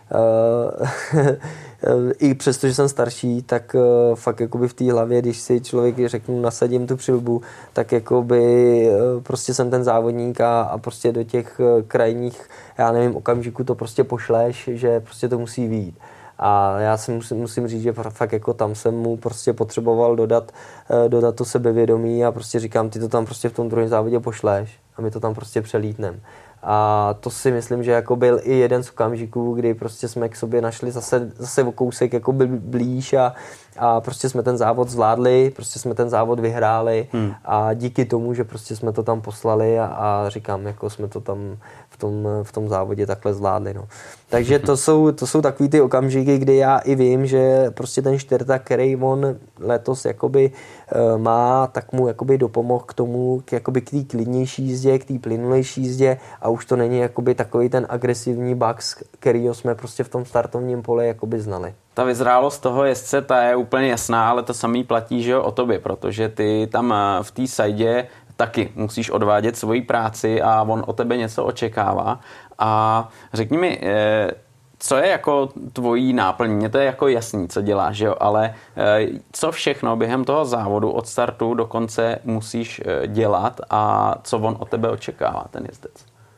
S2: uh, i přesto, že jsem starší, tak uh, fakt jakoby v té hlavě, když si člověk řeknu, nasadím tu přilbu, tak jakoby uh, prostě jsem ten závodník a, a prostě do těch uh, krajních, já nevím, okamžiků to prostě pošleš, že prostě to musí vyjít. A já si musím, musím říct, že fakt jako tam jsem mu prostě potřeboval dodat, uh, dodat to sebevědomí a prostě říkám, ty to tam prostě v tom druhém závodě pošleš a my to tam prostě přelítneme. A to si myslím, že jako byl i jeden z okamžiků, kdy prostě jsme k sobě našli zase, zase o kousek jako blíž a, a prostě jsme ten závod zvládli, prostě jsme ten závod vyhráli hmm. a díky tomu, že prostě jsme to tam poslali a, a říkám, jako jsme to tam v tom, v tom závodě takhle zvládli. No. Takže to jsou, to jsou takový ty okamžiky, kdy já i vím, že prostě ten čtvrták, který on letos jakoby uh, má, tak mu jakoby dopomohl k tomu, k, jakoby k té klidnější jízdě, k té plynulejší jízdě a už to není jakoby takový ten agresivní bugs, kterýho jsme prostě v tom startovním poli jakoby znali.
S1: Ta vyzrálost toho jezdce, ta je úplně jasná, ale to samý platí, že jo, o tobě, protože ty tam v té sajdě taky musíš odvádět svoji práci a on o tebe něco očekává. A řekni mi, co je jako tvojí náplň? Mně to je jako jasný, co děláš, jo? Ale co všechno během toho závodu od startu do konce musíš dělat a co on od tebe očekává, ten jezdec?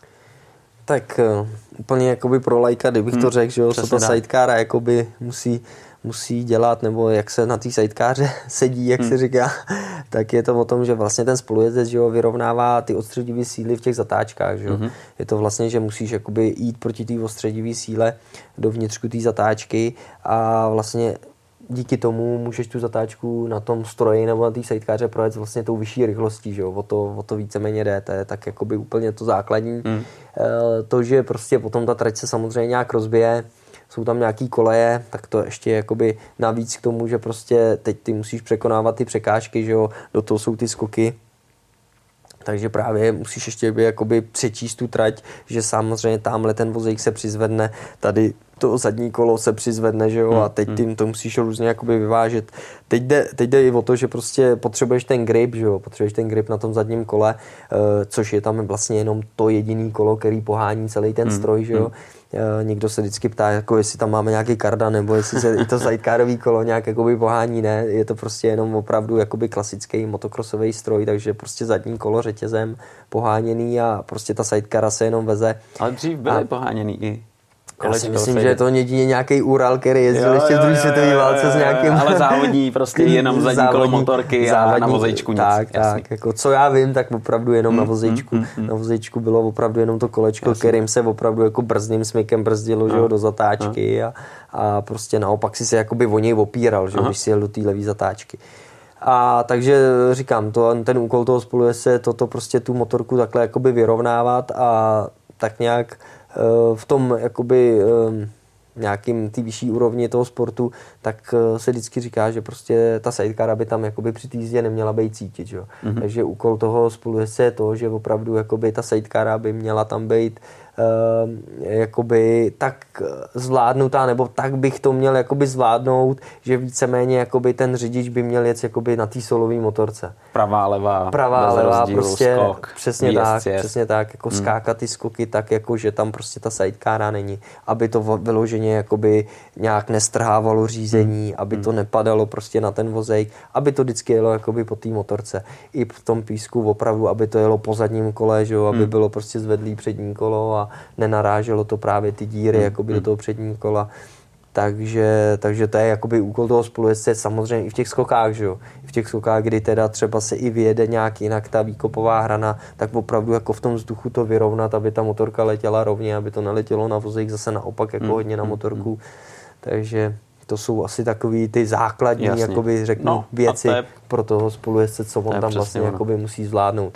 S2: Tak uh, úplně jakoby pro lajka, kdybych hmm, to řekl, že jo, co ta sidecara jakoby musí, musí dělat, nebo jak se na té sidekáře sedí, jak hmm. se říká, tak je to o tom, že vlastně ten spolujezdec, že jo, vyrovnává ty odstředivé síly v těch zatáčkách, že jo. Hmm. Je to vlastně, že musíš jakoby jít proti té odstředivé síle do vnitřku té zatáčky a vlastně díky tomu můžeš tu zatáčku na tom stroji nebo na té sidekáře projet vlastně tou vyšší rychlostí, že jo? O to, o to víceméně jde, to je tak jakoby úplně to základní. Mm. E, to, že prostě potom ta trať se samozřejmě nějak rozbije, jsou tam nějaký koleje, tak to ještě jakoby navíc k tomu, že prostě teď ty musíš překonávat ty překážky, že jo? Do toho jsou ty skoky. Takže právě musíš ještě jakoby přečíst tu trať, že samozřejmě tamhle ten vozejk se přizvedne, tady to zadní kolo se přizvedne, že jo, a teď tím to musíš různě jakoby vyvážet. Teď jde, teď jde i o to, že prostě potřebuješ ten grip, že jo, potřebuješ ten grip na tom zadním kole, což je tam vlastně jenom to jediný kolo, který pohání celý ten stroj, že jo. Někdo se vždycky ptá, jako jestli tam máme nějaký kardan, nebo jestli se i to sidecarový kolo nějak jakoby pohání, ne, je to prostě jenom opravdu jakoby klasický motokrosový stroj, takže prostě zadní kolo řetězem poháněný a prostě ta sidecara se jenom veze.
S1: Ale dřív byly a... poháněný i.
S2: Já si myslím, že je to jedině nějaký Ural, který jezdil ještě v druhé světové válce s nějakým...
S1: Ale závodní, prostě jenom zadní kolo motorky a na vozejčku nic.
S2: Tak, tak, jako co já vím, tak opravdu jenom mm, na vozejčku. Mm, mm, na vozejčku bylo opravdu jenom to kolečko, jasný, kterým se opravdu jako brzdným smykem brzdilo, že jo, do zatáčky a, a prostě naopak si se jakoby o něj opíral, že jo, když si jel do té levý zatáčky. A takže říkám, to, ten úkol toho spolujezdce, toto prostě tu motorku takhle jakoby vyrovnávat a tak nějak v tom jakoby nějakým ty vyšší úrovni toho sportu, tak se vždycky říká, že prostě ta sidecar by tam jakoby při té jízdě neměla být cítit, že? Mm-hmm. Takže úkol toho spolujezdce je to, že opravdu jakoby ta sidecar by měla tam být uh, jakoby tak zvládnutá, nebo tak bych to měl jakoby zvládnout, že víceméně jakoby ten řidič by měl jet jakoby na té solový motorce.
S1: Pravá, levá,
S2: pravá, levá,
S1: rozdílu,
S2: prostě
S1: skok,
S2: přesně
S1: výjezd,
S2: tak,
S1: jest.
S2: přesně tak, jako hmm. skákat ty skoky tak, jako že tam prostě ta sidecara není, aby to vyloženě jakoby nějak nestrhávalo řízení, hmm. aby to nepadalo prostě na ten vozejk, aby to vždycky jelo jakoby po té motorce. I v tom písku opravdu, aby to jelo po zadním kole, že jo, aby hmm. bylo prostě zvedlý přední kolo a nenaráželo to právě ty díry hmm. jakoby hmm. do toho přední kola. Takže, takže to je jakoby úkol toho spolujezdce samozřejmě i v těch skokách, že jo. I v těch skokách, kdy teda třeba se i vyjede nějak jinak ta výkopová hrana, tak opravdu jako v tom vzduchu to vyrovnat, aby ta motorka letěla rovně, aby to neletělo na vozejk zase naopak jako mm, hodně na motorku. Mm, mm. Takže to jsou asi takový ty základní, jakoby řeknu, no, věci je... pro toho spolujezdce, co on tam vlastně jakoby musí zvládnout.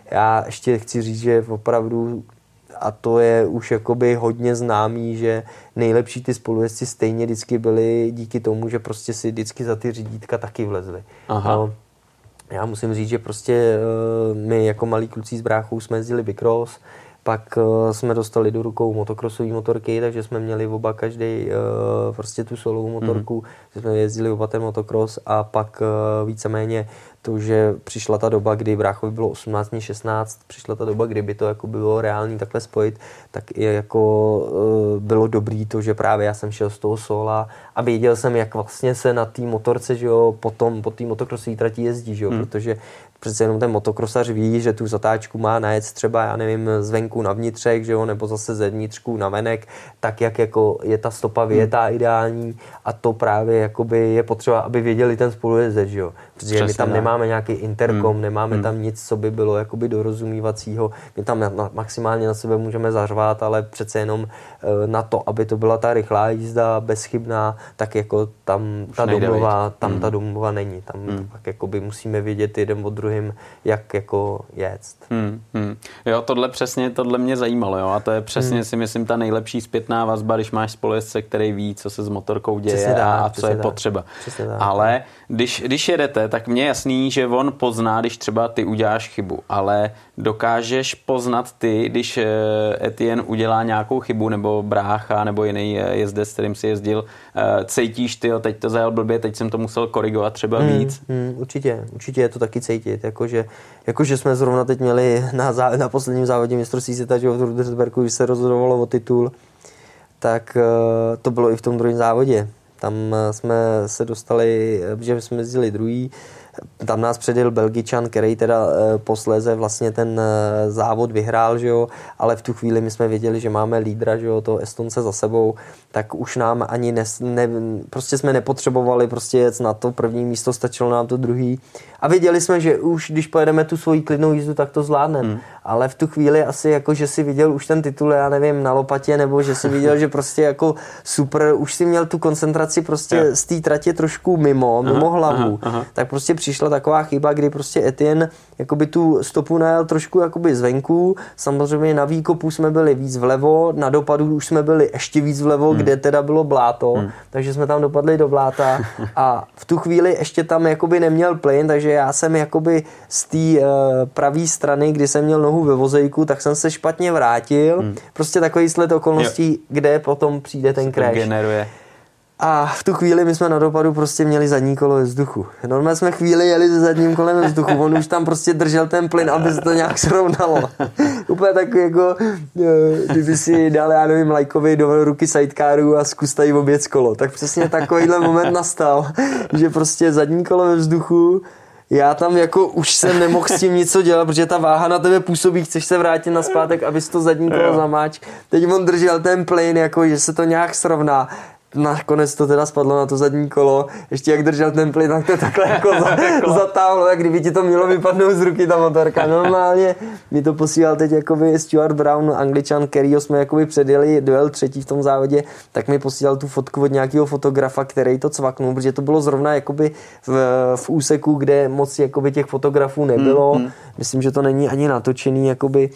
S2: já ještě chci říct, že opravdu, a to je už jakoby hodně známý, že nejlepší ty spolujezdci stejně vždycky byli díky tomu, že prostě si vždycky za ty řídítka taky vlezli.
S1: Aha.
S2: No, já musím říct, že prostě my jako malí kluci s bráchou jsme jezdili bicross, pak uh, jsme dostali do rukou motokrosové motorky, takže jsme měli oba každý uh, prostě tu solovou motorku, mm. že jsme jezdili oba ten motocross a pak uh, víceméně to, že přišla ta doba, kdy bráchovi bylo osmnáct, šestnáct, přišla ta doba, kdy by to jako bylo reálný takhle spojit, tak i jako uh, bylo dobrý to, že právě já jsem šel z toho sola a věděl jsem, jak vlastně se na té motorce, že jo, potom po té motokrosové trati jezdí, že jo, mm. protože přece jenom ten motokrosař ví, že tu zatáčku má najet třeba, já nevím, zvenku na vnitřek, že jo, nebo zase ze vnitřku na venek, tak jak jako je ta stopa vyjetá hmm. ideální a to právě jakoby je potřeba, aby věděli ten spolujezdec, že jo. Protože Přesně my tam ne. nemáme nějaký interkom, hmm. nemáme hmm. tam nic, co by bylo jakoby dorozumívacího. My tam na, na, maximálně na sebe můžeme zařvát, ale přece jenom e, na to, aby to byla ta rychlá jízda, bezchybná, tak jako tam Už ta domluva, tam hmm. ta domluva není. Tam hmm. tak jakoby musíme vědět jeden od druhým, jak jako jet.
S1: Hmm, hmm. Jo, tohle přesně, tohle mě zajímalo, jo, a to je přesně hmm. si myslím ta nejlepší zpětná vazba, když máš spolujezdce, který ví, co se s motorkou děje dá, a co je dá. potřeba. Dá. Ale když, když jedete, tak mně je jasný, že on pozná, když třeba ty uděláš chybu, ale dokážeš poznat ty, když Etienne udělá nějakou chybu, nebo brácha, nebo jiný jezdec, s kterým si jezdil, cítíš ty, jo, teď to zajel blbě, teď jsem to musel korigovat třeba
S2: hmm,
S1: víc.
S2: Hmm, určitě, určitě je to taky cítit, jakože, jakože jsme zrovna teď měli na, zá, na posledním závodě mistrovství světa, že v Rudersbergu, když se rozhodovalo o titul, tak uh, to bylo i v tom druhém závodě. Tam uh, jsme se dostali, že jsme jezdili druhý, tam nás předjel Belgičan, který teda e, posléze vlastně ten e, závod vyhrál, že jo, ale v tu chvíli my jsme věděli, že máme lídra, že jo, toho Estonce za sebou, tak už nám ani nes, ne, prostě jsme nepotřebovali prostě jet na to první místo, stačilo nám to druhý a věděli jsme, že už když pojedeme tu svoji klidnou jízdu, tak to zvládneme, hmm. ale v tu chvíli asi jako, že si viděl už ten titul, já nevím, na lopatě, nebo že si viděl, že prostě jako super, už si měl tu koncentraci prostě yeah. z té tratě trošku mimo, mimo aha, hlavu, aha, aha. tak prostě přišla taková chyba, kdy prostě Etienne jakoby tu stopu najel trošku jakoby zvenku, samozřejmě na výkopu jsme byli víc vlevo, na dopadu už jsme byli ještě víc vlevo, hmm. kde teda bylo bláto, hmm. takže jsme tam dopadli do bláta a v tu chvíli ještě tam jakoby neměl plyn, takže já jsem jakoby z té uh, pravé strany, kdy jsem měl nohu ve vozejku, tak jsem se špatně vrátil, hmm. prostě takový sled okolností, jo. kde potom přijde ten crash.
S1: Generuje.
S2: A v tu chvíli my jsme na dopadu prostě měli zadní kolo ve vzduchu. Normálně jsme chvíli jeli se zadním kolem ve vzduchu, on už tam prostě držel ten plyn, aby se to nějak srovnalo. Úplně takový jako, kdyby si dal, já nevím, Lajkovi do ruky sidecaru a zkus tady oběc kolo. Tak přesně takovýhle moment nastal, že prostě zadní kolo ve vzduchu, já tam jako už jsem nemohl s tím nic dělat, protože ta váha na tebe působí, chceš se vrátit nazpátek, abys to zadní kolo zamáč. Teď on držel ten plyn, jako že se to nějak srovná. Nakonec to teda spadlo na to zadní kolo, ještě jak držel ten plyn, tak to takhle jako za, zatáhlo, jak kdyby ti to mělo vypadnout z ruky ta motorka. Normálně mi to posílal teď jakoby Stuart Brown, Angličan, kterýho jsme jakoby předjeli duel třetí v tom závodě, tak mi posílal tu fotku od nějakého fotografa, který to cvaknul, protože to bylo zrovna jakoby v, v úseku, kde moc jakoby těch fotografů nebylo. Mm, mm. Myslím, že to není ani natočený jakoby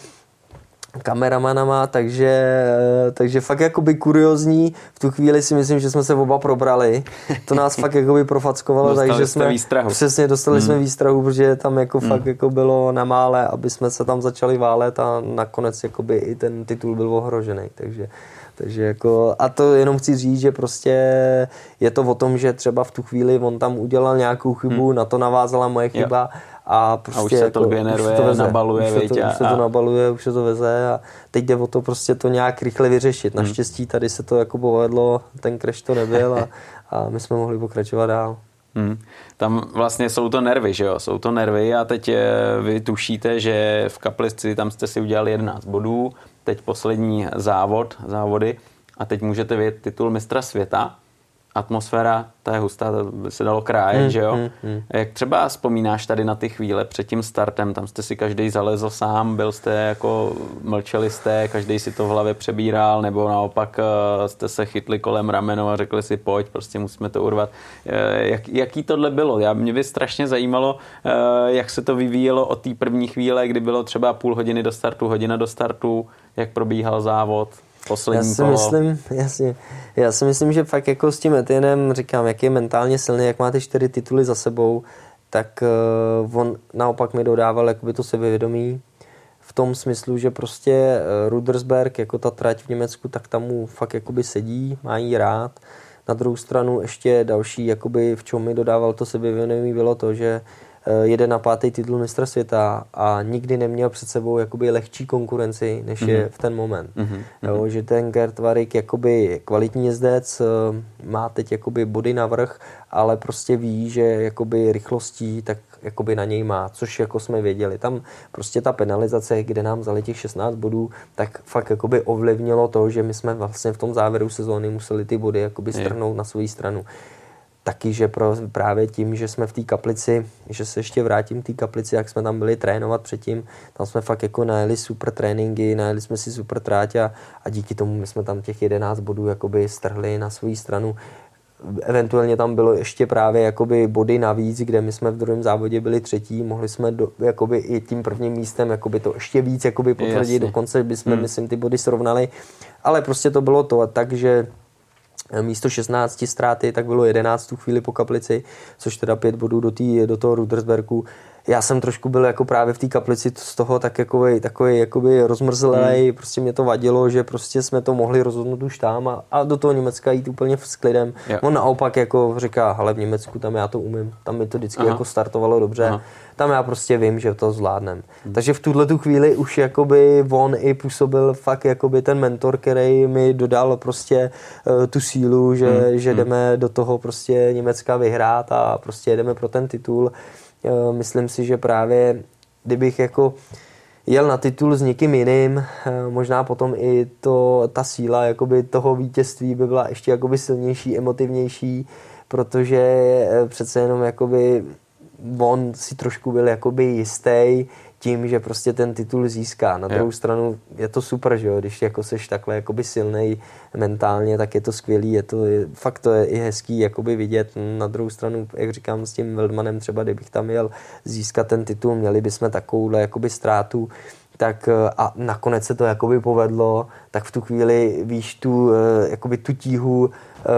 S2: kameramanama, takže, takže fakt jakoby kuriozní. V tu chvíli si myslím, že jsme se oba probrali. To nás fakt jakoby profackovalo,
S1: dostali
S2: takže jsme
S1: výstrahu.
S2: Přesně dostali hmm. jsme výstrahu, protože tam jako hmm. fakt jako bylo na mále, aby jsme se tam začali válet a nakonec jakoby i ten titul byl ohrožený, takže Takže jako, a to jenom chci říct, že prostě je to o tom, že třeba v tu chvíli on tam udělal nějakou chybu, hmm. na to navázala moje chyba a prostě
S1: a už se
S2: jako,
S1: to generuje,
S2: už se to
S1: nabaluje,
S2: už se to,
S1: a,
S2: už se to nabaluje, už se to veze a teď jde o to prostě to nějak rychle vyřešit. Naštěstí tady se to jako povedlo, ten crash to nebyl a, a my jsme mohli pokračovat dál.
S1: Hmm. Tam vlastně jsou to nervy, že jo? Jsou to nervy a teď vy tušíte, že v Kaplici tam jste si udělali jedenáct bodů, teď poslední závod, závody a teď můžete vyjet titul mistra světa atmosféra, ta je hustá, to by se dalo krájet, hmm, že jo? Hmm, hmm. Jak třeba vzpomínáš tady na ty chvíle před tím startem, tam jste si každý zalezl sám, byl jste jako, mlčeli jste, každý si to v hlavě přebíral, nebo naopak jste se chytli kolem ramenou a řekli si pojď, prostě musíme to urvat. Jak, jaký tohle bylo? Já, mě by strašně zajímalo, jak se to vyvíjelo od té první chvíle, kdy bylo třeba půl hodiny do startu, hodina do startu, jak probíhal závod. Poslední
S2: já si
S1: kolo.
S2: myslím, jasně, já si myslím, že fakt jako s tím Etiennem, říkám, jak je mentálně silný, jak má ty čtyři tituly za sebou, tak uh, on naopak mi dodával jakoby to sebevědomí v tom smyslu, že prostě uh, Rudersberg, jako ta trať v Německu, tak tam mu fakt jakoby sedí, má jí rád. Na druhou stranu ještě další, jakoby v čem mi dodával to sebevědomí, bylo to, že jede na pátý titul mistra světa a nikdy neměl před sebou jakoby lehčí konkurenci, než mm-hmm. je v ten moment. Mm-hmm. Jo, že ten Gert Varik jakoby kvalitní jezdec, má teď jakoby body navrch, ale prostě ví, že jakoby rychlostí tak jakoby na něj má, což jako jsme věděli. Tam prostě ta penalizace, kde nám vzali těch šestnáct bodů, tak fakt jakoby ovlivnilo to, že my jsme vlastně v tom závěru sezóny museli ty body jakoby strhnout na svou stranu. Taky, že pro, právě tím, že jsme v té kaplici, že se ještě vrátím k té kaplici, jak jsme tam byli trénovat předtím, tam jsme fakt jako najeli super tréninky, najeli jsme si super tráť a, a díky tomu my jsme tam těch jedenáct bodů jakoby strhli na svou stranu. Eventuálně tam bylo ještě právě jakoby body navíc, kde my jsme v druhém závodě byli třetí, mohli jsme do, jakoby i tím prvním místem jakoby to ještě víc jakoby potvrdit, Jasně. dokonce bychom, hmm. myslím, ty body srovnali, ale prostě to bylo to tak, že místo šestnáct ztráty, tak bylo jedenáct tu chvíli po kaplici, což teda pět bodů do, tý, do toho Rudersbergu. Já jsem trošku byl jako právě v té kaplici z toho tak jakoby, takový jakoby rozmrzlej, hmm. prostě mě to vadilo, že prostě jsme to mohli rozhodnout už tam a, a do toho Německa jít úplně s klidem. Jo. On naopak jako říká, hele v Německu tam já to umím, tam mi to vždycky Aha. jako startovalo dobře. Aha. Tam já prostě vím, že to zvládnem. Hmm. Takže v tuhle tu chvíli už jakoby on i působil fakt jakoby ten mentor, který mi dodal prostě uh, tu sílu, že, hmm. že jdeme do toho prostě Německa vyhrát a prostě jedeme pro ten titul. Uh, myslím si, že právě kdybych jako jel na titul s někým jiným, uh, možná potom i to, ta síla jakoby toho vítězství by byla ještě jakoby silnější, emotivnější, protože uh, přece jenom jakoby on si trošku byl jakoby jistý tím, že prostě ten titul získá. Na druhou jo. stranu je to super, že jo, když jako seš takhle jakoby silnej mentálně, tak je to skvělý, je to, je, fakt to je i hezký jakoby vidět. Na druhou stranu, jak říkám, s tím Wildmanem třeba, kdybych tam jel získat ten titul, měli bychom takovouhle jakoby ztrátu, tak a nakonec se to jakoby povedlo, tak v tu chvíli víš tu, jakoby tu tíhu,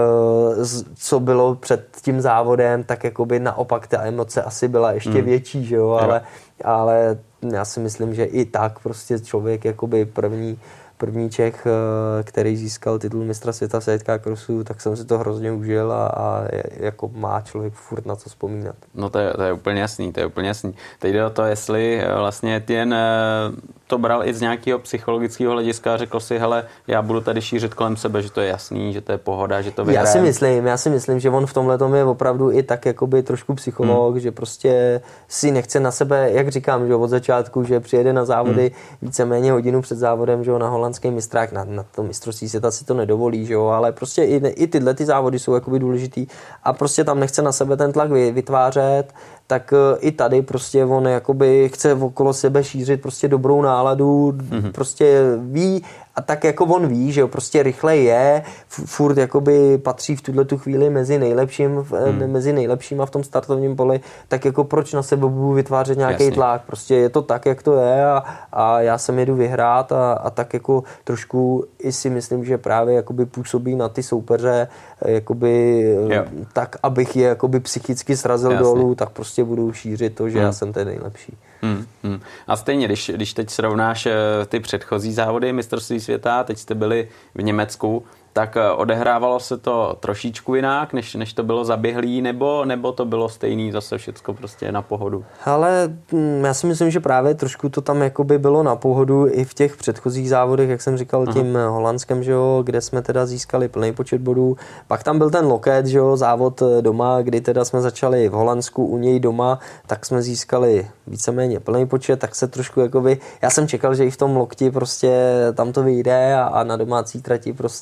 S2: co bylo před tím závodem, tak jakoby naopak ta emoce asi byla ještě hmm. větší, že jo, ale, ale já si myslím, že i tak prostě člověk jakoby první první Čech, který získal titul mistra světa v sidecar crossu, tak jsem si to hrozně užil a, a jako má člověk furt na co vzpomínat.
S1: No to je, to je úplně jasný, to je úplně jasný. Teď jde o to, jestli vlastně Etienne to bral i z nějakého psychologického hlediska a řekl si, hele, já budu tady šířit kolem sebe, že to je jasný, že to je pohoda, že to vyhrajem.
S2: Já si myslím, já si myslím, že on v tomhletom je opravdu i tak jakoby trošku psycholog, hmm. že prostě si nechce na sebe, jak říkám, že od začátku, že přijede na závody hmm. víceméně hodinu před závodem, že na holandských mistrách, na, na to mistrovství světa si to nedovolí, že jo, ale prostě i, i tyhle ty závody jsou jakoby důležitý a prostě tam nechce na sebe ten tlak vytvářet, tak i tady prostě on jakoby chce okolo sebe šířit prostě dobrou náladu, mm-hmm. prostě ví a tak jako on ví, že jo, prostě rychle je, furt jakoby patří v tuhle tu chvíli mezi nejlepším, mm. mezi nejlepšíma v tom startovním poli, tak jako proč na sebe budu vytvářet nějaký tlak, prostě je to tak, jak to je a, a já sem jedu vyhrát a, a tak jako trošku i si myslím, že právě jakoby působí na ty soupeře jakoby jo. tak, abych je jakoby psychicky srazil Jasně. dolů, tak prostě budu šířit to, že hmm. já jsem ten nejlepší.
S1: Hmm, hmm. A stejně, když, když teď srovnáš ty předchozí závody mistrovství světa, teď jste byli v Německu, tak odehrávalo se to trošičku jinak, než, než to bylo zaběhlý, nebo, nebo to bylo stejný, zase všecko prostě na pohodu?
S2: Ale já si myslím, že právě trošku to tam jakoby bylo na pohodu i v těch předchozích závodech, jak jsem říkal, tím Aha. holandském, že jo, kde jsme teda získali plný počet bodů. Pak tam byl ten Loket, že jo, závod doma, kdy teda jsme začali v Holandsku u něj doma, tak jsme získali víceméně plný počet, tak se trošku jakoby, já jsem čekal, že i v tom Lokti prostě tam to vyjde a, a na domácí trati prostě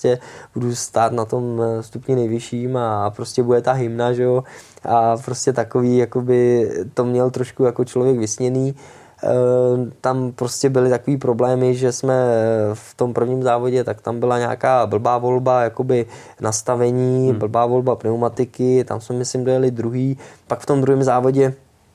S2: budu stát na tom stupni nejvyšším a prostě bude ta hymna, že jo, a prostě takový, jakoby to měl trošku jako člověk vysněný. Tam prostě byly takový problémy, že jsme v tom prvním závodě, tak tam byla nějaká blbá volba jakoby nastavení, hmm. blbá volba pneumatiky, tam jsme myslím dojeli druhý, pak v tom druhém závodě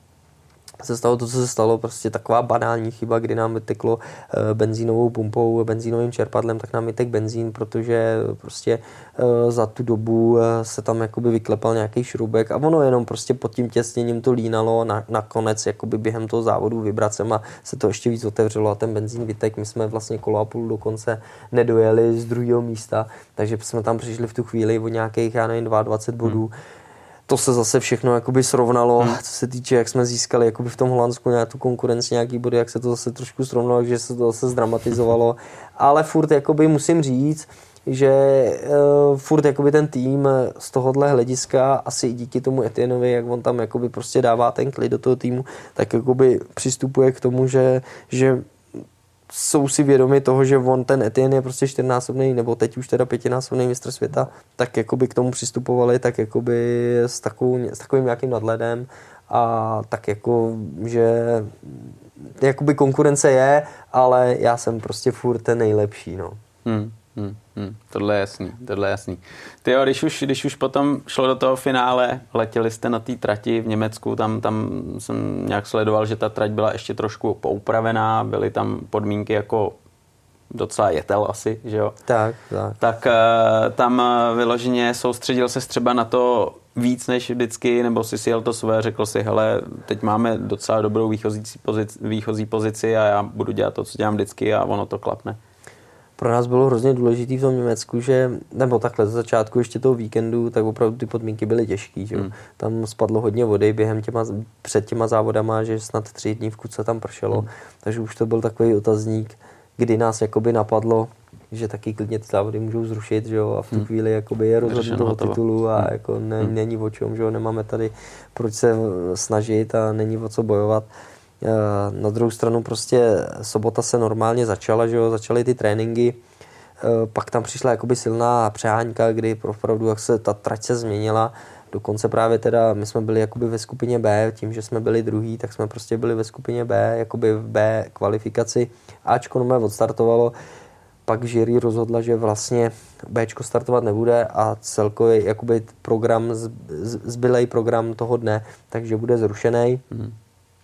S2: se stalo to, co se stalo, prostě taková banální chyba, kdy nám vyteklo benzínovou pumpou, benzínovým čerpadlem, tak nám vytek benzín, protože prostě za tu dobu se tam jakoby vyklepal nějaký šroubek a ono jenom prostě pod tím těsněním to línalo na, nakonec jakoby během toho závodu vibracema se to ještě víc otevřelo a ten benzín vytek. My jsme vlastně kolo a půl dokonce nedojeli z druhého místa, takže jsme tam přišli v tu chvíli o nějakých, já nevím, dvacet dva bodů. Hmm. To se zase všechno jakoby srovnalo, hmm. co se týče, jak jsme získali jakoby v tom Holandsku nějakou konkurenci, nějaký body, jak se to zase trošku srovnalo, že se to zase zdramatizovalo. Ale furt jakoby musím říct, že uh, furt jakoby ten tým z tohohle hlediska, asi i díky tomu Etienneovi, jak on tam jakoby prostě dává ten klid do toho týmu, tak jakoby přistupuje k tomu, že, že jsou si vědomi toho, že on ten Etienne je prostě čtyřnásobný, nebo teď už teda pětinásobný mistr světa, tak jakoby k tomu přistupovali tak jakoby s, takovou, s takovým nějakým nadhledem a tak jako, že jakoby konkurence je, ale já jsem prostě furt ten nejlepší, no.
S1: Hmm. Hmm, hmm. Tohle je jasný, tohle je jasný. Tyjo, když už, když už potom šlo do toho finále, letěli jste na té trati v Německu, tam, tam jsem nějak sledoval, že ta trať byla ještě trošku poupravená, byly tam podmínky jako docela jetel asi, že jo?
S2: Tak, tak.
S1: Tak tam vyloženě soustředil se třeba na to víc než vždycky, nebo si si jel to své, řekl si, hele, teď máme docela dobrou výchozí pozici, výchozí pozici a já budu dělat to, co dělám vždycky a ono to klapne.
S2: Pro nás bylo hrozně důležité v tom Německu, že, nebo takhle, za začátku ještě toho víkendu, tak opravdu ty podmínky byly těžký. Že? Hmm. Tam spadlo hodně vody během těma, před těma závodama, že snad tři dní v kutce tam pršelo. Hmm. Takže už to byl takový otazník, kdy nás jakoby napadlo, že taky klidně ty závody můžou zrušit, že jo, a v tu hmm. chvíli jakoby je rozhodnut toho titulu a hmm. jako ne, hmm. není o čem, že jo, nemáme tady proč se snažit a není o co bojovat. Na druhou stranu prostě sobota se normálně začala, že jo, začaly ty tréninky, pak tam přišla jakoby silná přeháňka, kdy opravdu jak se ta trať se změnila, dokonce právě teda my jsme byli jakoby ve skupině B, tím, že jsme byli druhý, tak jsme prostě byli ve skupině B, jakoby v B kvalifikaci, Ačko nové odstartovalo, pak jury rozhodla, že vlastně Bčko startovat nebude a celkový jakoby program, zbylej program toho dne, takže bude zrušený. Mm.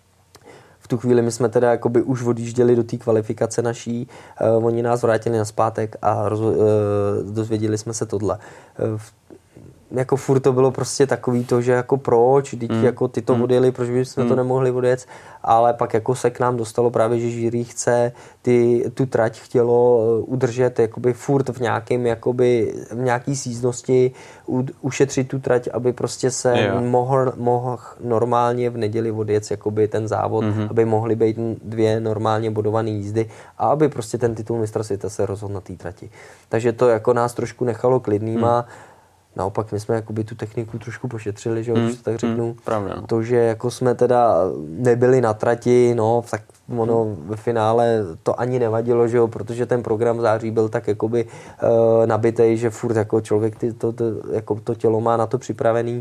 S2: V tu chvíli my jsme teda jakoby už odjížděli do té kvalifikace naší, uh, oni nás vrátili nazpátek a roz, uh, dozvěděli jsme se tohle. Uh, jako furt to bylo prostě takový to, že jako proč, teď mm. jako ty to mm. odjeli, proč bychom mm. to nemohli odjet, ale pak jako se k nám dostalo právě, že jury chce ty, tu trať chtělo udržet jakoby furt v nějakém jakoby v nějaký síznosti, u, ušetřit tu trať, aby prostě se yeah. mohl, mohl normálně v neděli odjet jakoby ten závod, mm-hmm. aby mohly být dvě normálně bodované jízdy a aby prostě ten titul mistra světa se rozhodl na té trati. Takže to jako nás trošku nechalo klidnýma. Mm. Naopak my jsme jakoby tu techniku trošku pošetřili, že mm, tak řeknu.
S1: Mm, pravda, no. To,
S2: že jako jsme teda nebyli na trati, no, tak ono mm. ve finále to ani nevadilo, že jo, protože ten program v září byl tak jakoby uh, nabitej, že furt jako člověk ty, to, to, jako to tělo má na to připravený.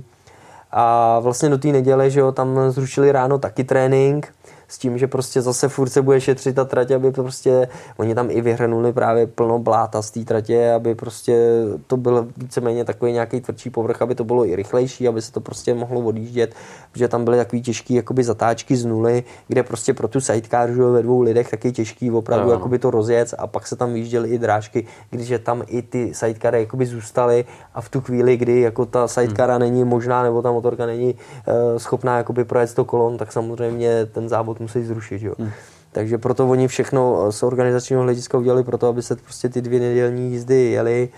S2: A vlastně do té neděle, že jo, tam zrušili ráno taky trénink, s tím, že prostě zase furt se bude šetřit ta trať, aby prostě, oni tam i vyhrnuli právě plno bláta z té tratě, aby prostě to byl víceméně takový nějaký tvrdší povrch, aby to bylo i rychlejší, aby se to prostě mohlo odjíždět, protože tam byly takový těžký jakoby zatáčky z nuly, kde prostě pro tu sidecar, že ve dvou lidech taky těžký opravdu no, jakoby to rozjet a pak se tam vyjížděly i drážky, když tam i ty sidecary jakoby zůstaly a v tu chvíli, kdy jako ta sidecara hmm. není možná nebo ta motorka není uh, schopná jakoby projet to kolon, tak samozřejmě ten závod musí zrušit, jo. Hmm. Takže proto oni všechno z organizačního hlediska udělali proto, aby se prostě ty dvě nedělní jízdy jeli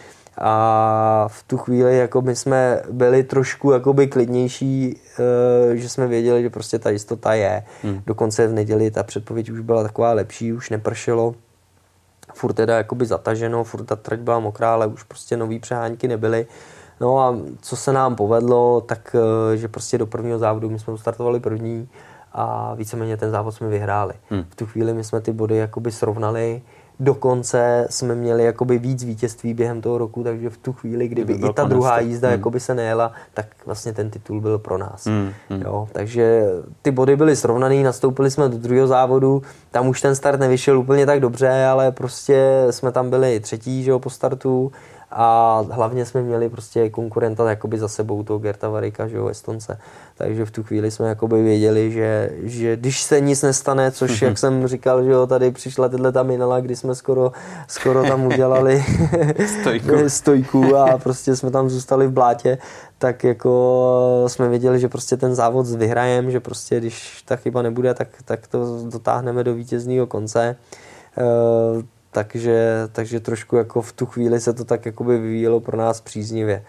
S2: a v tu chvíli jako my jsme byli trošku jakoby klidnější, že jsme věděli, že prostě ta jistota je. Hmm. Dokonce v neděli ta předpověď už byla taková lepší, už nepršelo. Furt teda jakoby zataženo, furt ta trať byla mokrá, ale už prostě nový přehánky nebyly. No a co se nám povedlo, tak že prostě do prvního závodu my jsme startovali první a víceméně ten závod jsme vyhráli. Hmm. V tu chvíli my jsme ty body jakoby srovnali, dokonce jsme měli jakoby víc vítězství během toho roku, takže v tu chvíli, kdyby i ta druhá jízda hmm. jakoby se nejela, tak vlastně ten titul byl pro nás. Hmm. Hmm. Jo, takže ty body byly srovnaný, nastoupili jsme do druhého závodu, tam už ten start nevyšel úplně tak dobře, ale prostě jsme tam byli třetí, že jo, po startu a hlavně jsme měli prostě konkurenta jakoby za sebou toho Gerta Varricka, že jo, Estonce. Takže v tu chvíli jsme jakoby věděli, že, že když se nic nestane, což jak jsem říkal, že jo, tady přišla tyhle ta minela, kdy jsme skoro, skoro tam udělali stojku. stojku a prostě jsme tam zůstali v blátě, tak jako jsme věděli, že prostě ten závod vyhrajem, že prostě když ta chyba nebude, tak, tak to dotáhneme do vítězného konce. Uh, takže, takže trošku jako v tu chvíli se to tak jakoby vyvíjelo pro nás příznivě.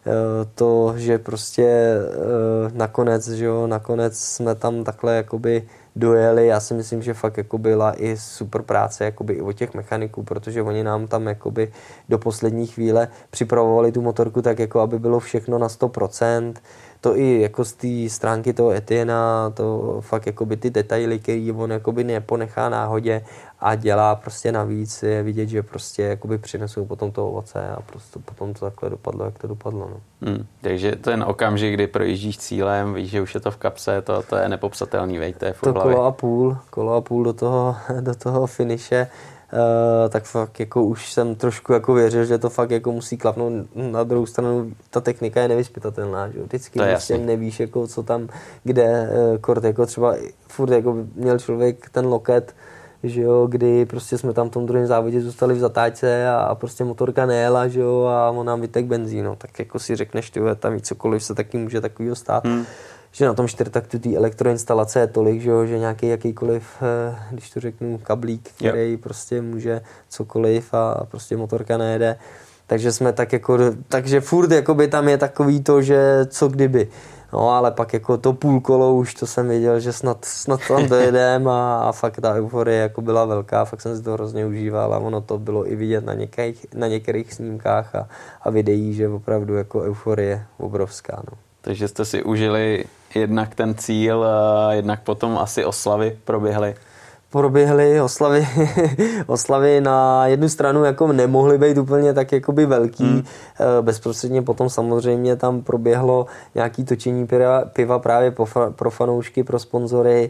S2: To, že prostě nakonec, že jo, nakonec jsme tam takhle jakoby dojeli, já si myslím, že fakt jako byla i super práce jakoby i od těch mechaniků, protože oni nám tam jakoby do poslední chvíle připravovali tu motorku tak jako, aby bylo všechno na sto procent. To i jako z té stránky toho Etiena, to fakt jakoby ty detaily, který on jakoby neponechá náhodě a dělá prostě navíc, je vidět, že prostě jakoby přinesou potom to ovoce a prostě potom to takhle dopadlo, jak to dopadlo. No.
S1: Hmm, takže ten okamžik, kdy projíždíš cílem, víš, že už je to v kapse, to, to je nepopsatelný, veď, to je furt
S2: to kolo a půl, kolo a půl do toho, do toho finiše. Uh, tak fakt jako už jsem trošku jako věřil, že to fakt jako musí klapnout. Na druhou stranu ta technika je nevyzpytatelná, že? Vždycky prostě nevíš, jako, co tam, kde uh, kort, jako třeba furt jako měl člověk ten loket, že jo, kdy prostě jsme tam v tom druhém závodě zůstali v zatáčce a, a prostě motorka nejela, že jo, a on nám vytek benzín, no. Tak jako si řekneš, tyhle, tam i cokoliv se taky může takovýho stát. Hmm. Že na tom čtyřtaktu té elektroinstalace je tolik, že, jo, že nějaký jakýkoliv, když to řeknu, kablík, který jo. prostě může cokoliv a prostě motorka nejede. Takže jsme tak jako, takže furt jakoby tam je takový to, že co kdyby. No ale pak jako to půl kolo už to jsem věděl, že snad, snad tam dojedem a, a fakt ta euforie jako byla velká, fakt jsem si to hrozně užíval a ono to bylo i vidět na některých, na některých snímkách a, a videích, že opravdu jako euforie obrovská. No.
S1: Takže jste si užili jednak ten cíl, a jednak potom asi oslavy proběhly.
S2: Proběhly oslavy, oslavy na jednu stranu jako nemohly být úplně tak jakoby velký. Hmm. Bezprostředně potom samozřejmě tam proběhlo nějaké točení piva, piva právě pro fanoušky, pro sponzory.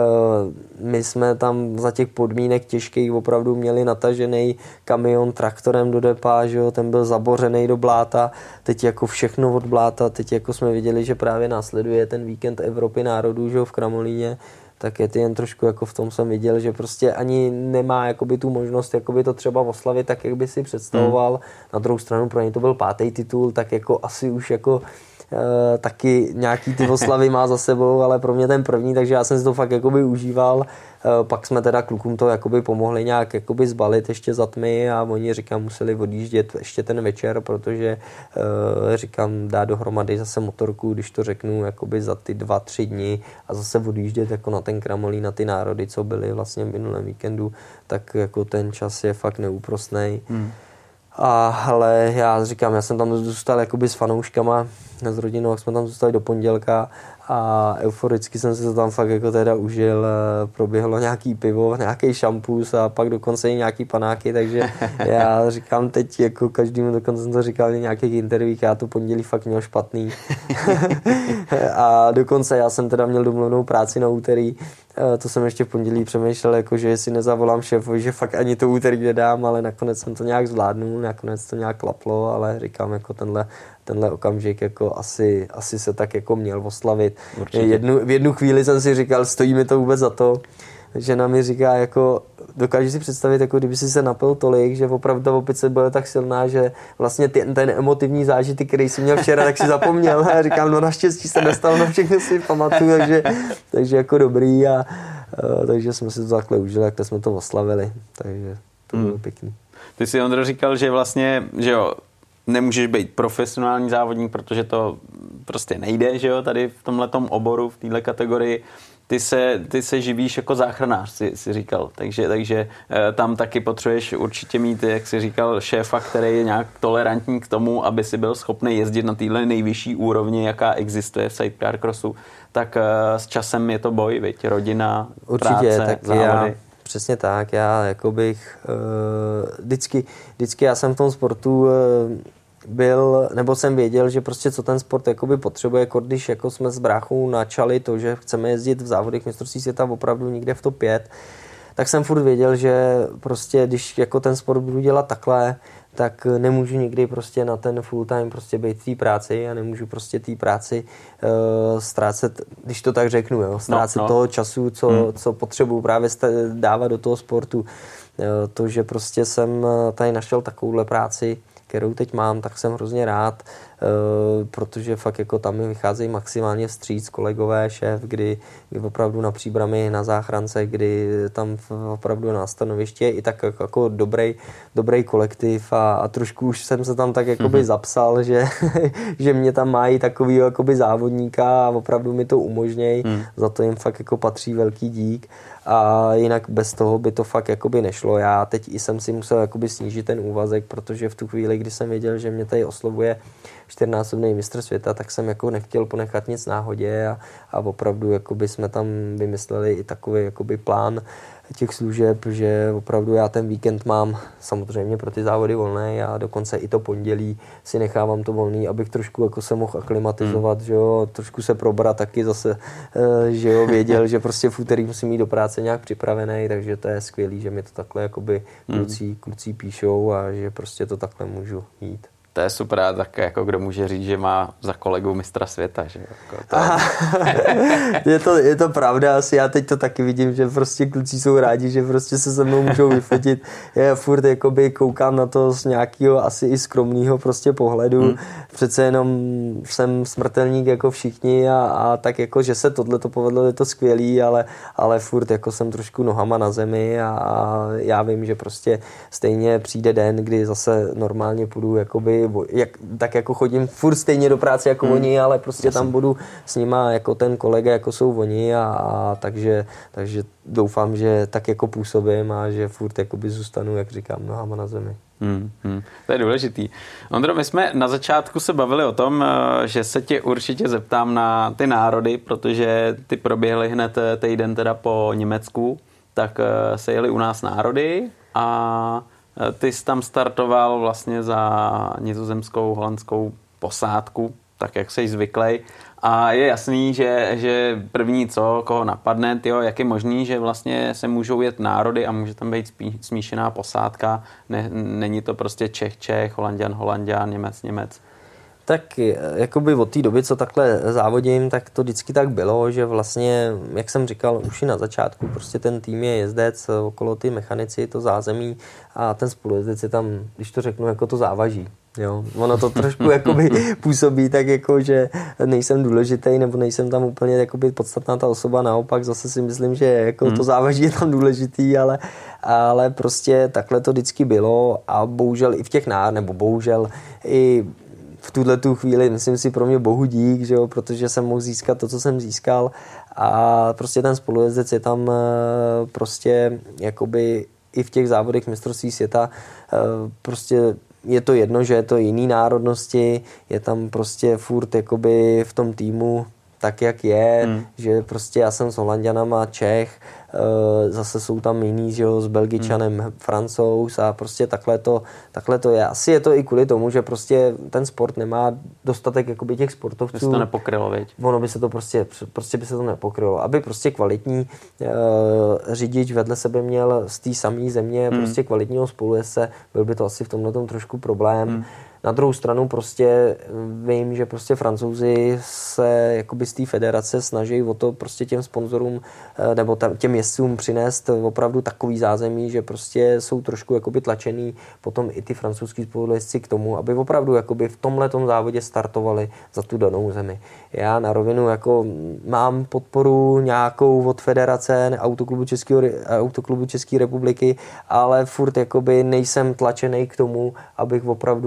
S2: My jsme tam za těch podmínek těžkých opravdu měli natažený kamion traktorem do depa, že jo, ten byl zabořený do bláta, teď jako všechno od bláta, teď jako jsme viděli, že právě následuje ten víkend Evropy národů, že jo, v Kramolíně. Tak je to jen trošku jako v tom jsem viděl, že prostě ani nemá jakoby tu možnost jakoby to třeba oslavit tak, jak by si představoval. Hmm. Na druhou stranu pro něj to byl pátý titul, tak jako asi už jako e, taky nějaký ty oslavy má za sebou, ale pro mě ten první, takže já jsem si to fakt jakoby užíval. E, pak jsme teda klukům to jakoby pomohli nějak jakoby zbalit ještě za tmy a oni říkám museli odjíždět ještě ten večer, protože e, říkám dá dohromady zase motorku, když to řeknu jakoby za ty dva, tři dny a zase odjíždět jako na ten Kramolín, na ty národy, co byly vlastně v minulém víkendu, tak jako ten čas je fakt neúprosnej. Hmm. A, ale já říkám, já jsem tam zůstal jakoby s fanouškama, s rodinou, jak jsme tam zůstali do pondělka a euforicky jsem si to tam fakt jako teda užil, proběhlo nějaký pivo, nějaký šampus a pak dokonce i nějaký panáky, takže já říkám teď jako každému, dokonce jsem to říkal v nějakých intervích, já to pondělí fakt měl špatný. A dokonce já jsem teda měl domluvenou práci na úterý, to jsem ještě v pondělí přemýšlel, jako, že si nezavolám šéfovi, že fakt ani to úterý nedám, ale nakonec jsem to nějak zvládnul, nakonec to nějak klaplo, ale říkám, jako tenhle, tenhle okamžik jako asi, asi se tak jako měl oslavit. Jednu, v jednu chvíli jsem si říkal, stojí mi to vůbec za to. Žena mi říká, jako, dokážeš si představit, jako kdyby si se napil tolik, že opravdu ta opice byla tak silná, že vlastně ten, ten emotivní zážitek, který jsi měl včera, tak si zapomněl. A já říkám, no naštěstí se nestalo, na všechno si pamatuju, takže, takže jako dobrý a, a takže jsme si to takhle užili, jak jsme to oslavili. Takže to bylo hmm. pěkný.
S1: Ty si, Ondro, říkal, že vlastně, že jo, nemůžeš být profesionální závodník, protože to prostě nejde, že jo, tady v tomhletom oboru, v téhle kategorii. Ty se, ty se živíš jako záchranář, si, si říkal, takže, takže e, tam taky potřebuješ určitě mít, jak si říkal, šéfa, který je nějak tolerantní k tomu, aby si byl schopný jezdit na téhle nejvyšší úrovni, jaká existuje v sidecar crossu, tak e, s časem je to boj, viď? Rodina,
S2: určitě,
S1: práce,
S2: tak
S1: závody.
S2: Já přesně tak. Já jako bych uh, vždycky, vždycky já jsem v tom sportu uh, byl, nebo jsem věděl, že prostě co ten sport jakoby potřebuje, jako když jako jsme s bráchou načali to, že chceme jezdit v závodech mistrovství světa opravdu někde v top pět, tak jsem furt věděl, že prostě když jako ten sport budu dělat takhle, tak nemůžu nikdy prostě na ten full time prostě být v té práci a nemůžu prostě té práci uh, ztrácet, když to tak řeknu, jo, ztrácet no, no. toho času, co, hmm. co potřebuji právě dávat do toho sportu. Uh, to, že prostě jsem tady našel takovouhle práci, kterou teď mám, tak jsem hrozně rád, uh, protože fakt jako tam mi vycházejí maximálně vstříc kolegové, šéf, kdy, kdy opravdu na Příbrami, na záchrance, kdy tam opravdu na stanovišti je i tak jako dobrý, dobrý kolektiv a, a trošku už jsem se tam tak jakoby mm-hmm. zapsal, že, že mě tam mají takovýho jakoby závodníka a opravdu mi to umožnějí, mm. za to jim fakt jako patří velký dík. A jinak bez toho by to fakt jakoby nešlo. Já teď i jsem si musel jakoby snížit ten úvazek, protože v tu chvíli, kdy jsem věděl, že mě tady oslovuje čtyřnásobný mistr světa, tak jsem jako nechtěl ponechat nic náhodě a, a opravdu jakoby jsme tam vymysleli i takový jakoby plán těch služeb, že opravdu já ten víkend mám samozřejmě pro ty závody volné a dokonce i to pondělí si nechávám to volný, abych trošku jako se mohl aklimatizovat, hmm. že jo, trošku se probrat taky zase, že jo, věděl, že prostě v úterý musím jít do práce nějak připravený, takže to je skvělý, že mi to takhle jakoby kluci, hmm. kluci píšou a že prostě to takhle můžu jít.
S1: To je super, tak jako kdo může říct, že má za kolegu mistra světa, že jako to...
S2: je, to, je to pravda, asi já teď to taky vidím, že prostě kluci jsou rádi, že prostě se se mnou můžou vyfotit. Já furt jakoby koukám na to z nějakého asi i skromného prostě pohledu. Hmm. Přece jenom jsem smrtelník jako všichni a, a tak jako, že se tohle to povedlo, je to skvělý, ale, ale furt jako jsem trošku nohama na zemi a, a já vím, že prostě stejně přijde den, kdy zase normálně půjdu jakoby Jak, tak jako chodím furt stejně do práce jako hmm. oni, ale prostě Jasně. tam budu s nima jako ten kolega, jako jsou oni a, a takže, takže doufám, že tak jako působím a že furt jakoby zůstanu, jak říkám, nohama na zemi.
S1: Hmm, hmm. To je důležitý. Ondro, my jsme na začátku se bavili o tom, že se tě určitě zeptám na ty národy, protože ty proběhly hned týden teda po Německu, tak se jeli u nás národy a ty jsi tam startoval vlastně za nizozemskou, holandskou posádku, tak jak jsi zvyklý. A je jasný, že, že první co, koho napadne, tyjo, jak je možný, že vlastně se můžou jet národy a může tam být spí, smíšená posádka. Ne, není to prostě Čech, Čech, Holanďan, Holanďan, Němec, Němec.
S2: Tak jakoby od té doby, co takhle závodím, tak to vždycky tak bylo, že vlastně, jak jsem říkal už i na začátku, prostě ten tým je jezdec, okolo ty mechanici, to zázemí a ten spolujezdec je tam, když to řeknu, jako to závaží. Jo, ono to trošku jakoby působí tak jako, že nejsem důležitý nebo nejsem tam úplně jakoby podstatná ta osoba, naopak zase si myslím, že jako hmm. to závaží je tam důležitý, ale, ale prostě takhle to vždycky bylo a bohužel i v těch národech, nebo bohužel i v tuhle tu chvíli, myslím si, pro mě bohu dík, že jo, protože jsem mohl získat to, co jsem získal a prostě ten spolujezdec je tam prostě jakoby i v těch závodech mistrovství světa prostě je to jedno, že je to jiný národnosti, je tam prostě furt jakoby v tom týmu tak, jak je, hmm. že prostě já jsem s Holanďanama Čech, zase jsou tam jiný, že jo, s Belgičanem hmm. Francouz a prostě takhle to, takhle to je. Asi je to i kvůli tomu, že prostě ten sport nemá dostatek jakoby těch sportovců.
S1: By se to nepokrylo, viď?
S2: Ono by se to prostě, prostě by se to nepokrylo. Aby prostě kvalitní uh, řidič vedle sebe měl z té samé země hmm. prostě kvalitního spolujezdce, byl by to asi v tomhle tom trošku problém. Hmm. Na druhou stranu prostě vím, že prostě Francouzi se jakoby z té federace snaží o to prostě těm sponzorům nebo těm jezdcům přinést opravdu takový zázemí, že prostě jsou trošku jakoby tlačený potom i ty francouzský spolujezdci k tomu, aby opravdu jakoby v tomhletom závodě startovali za tu danou zemi. Já na rovinu jako mám podporu nějakou od federace Autoklubu Českého, Autoklubu České republiky, ale furt jakoby nejsem tlačený k tomu, abych opravdu jakoby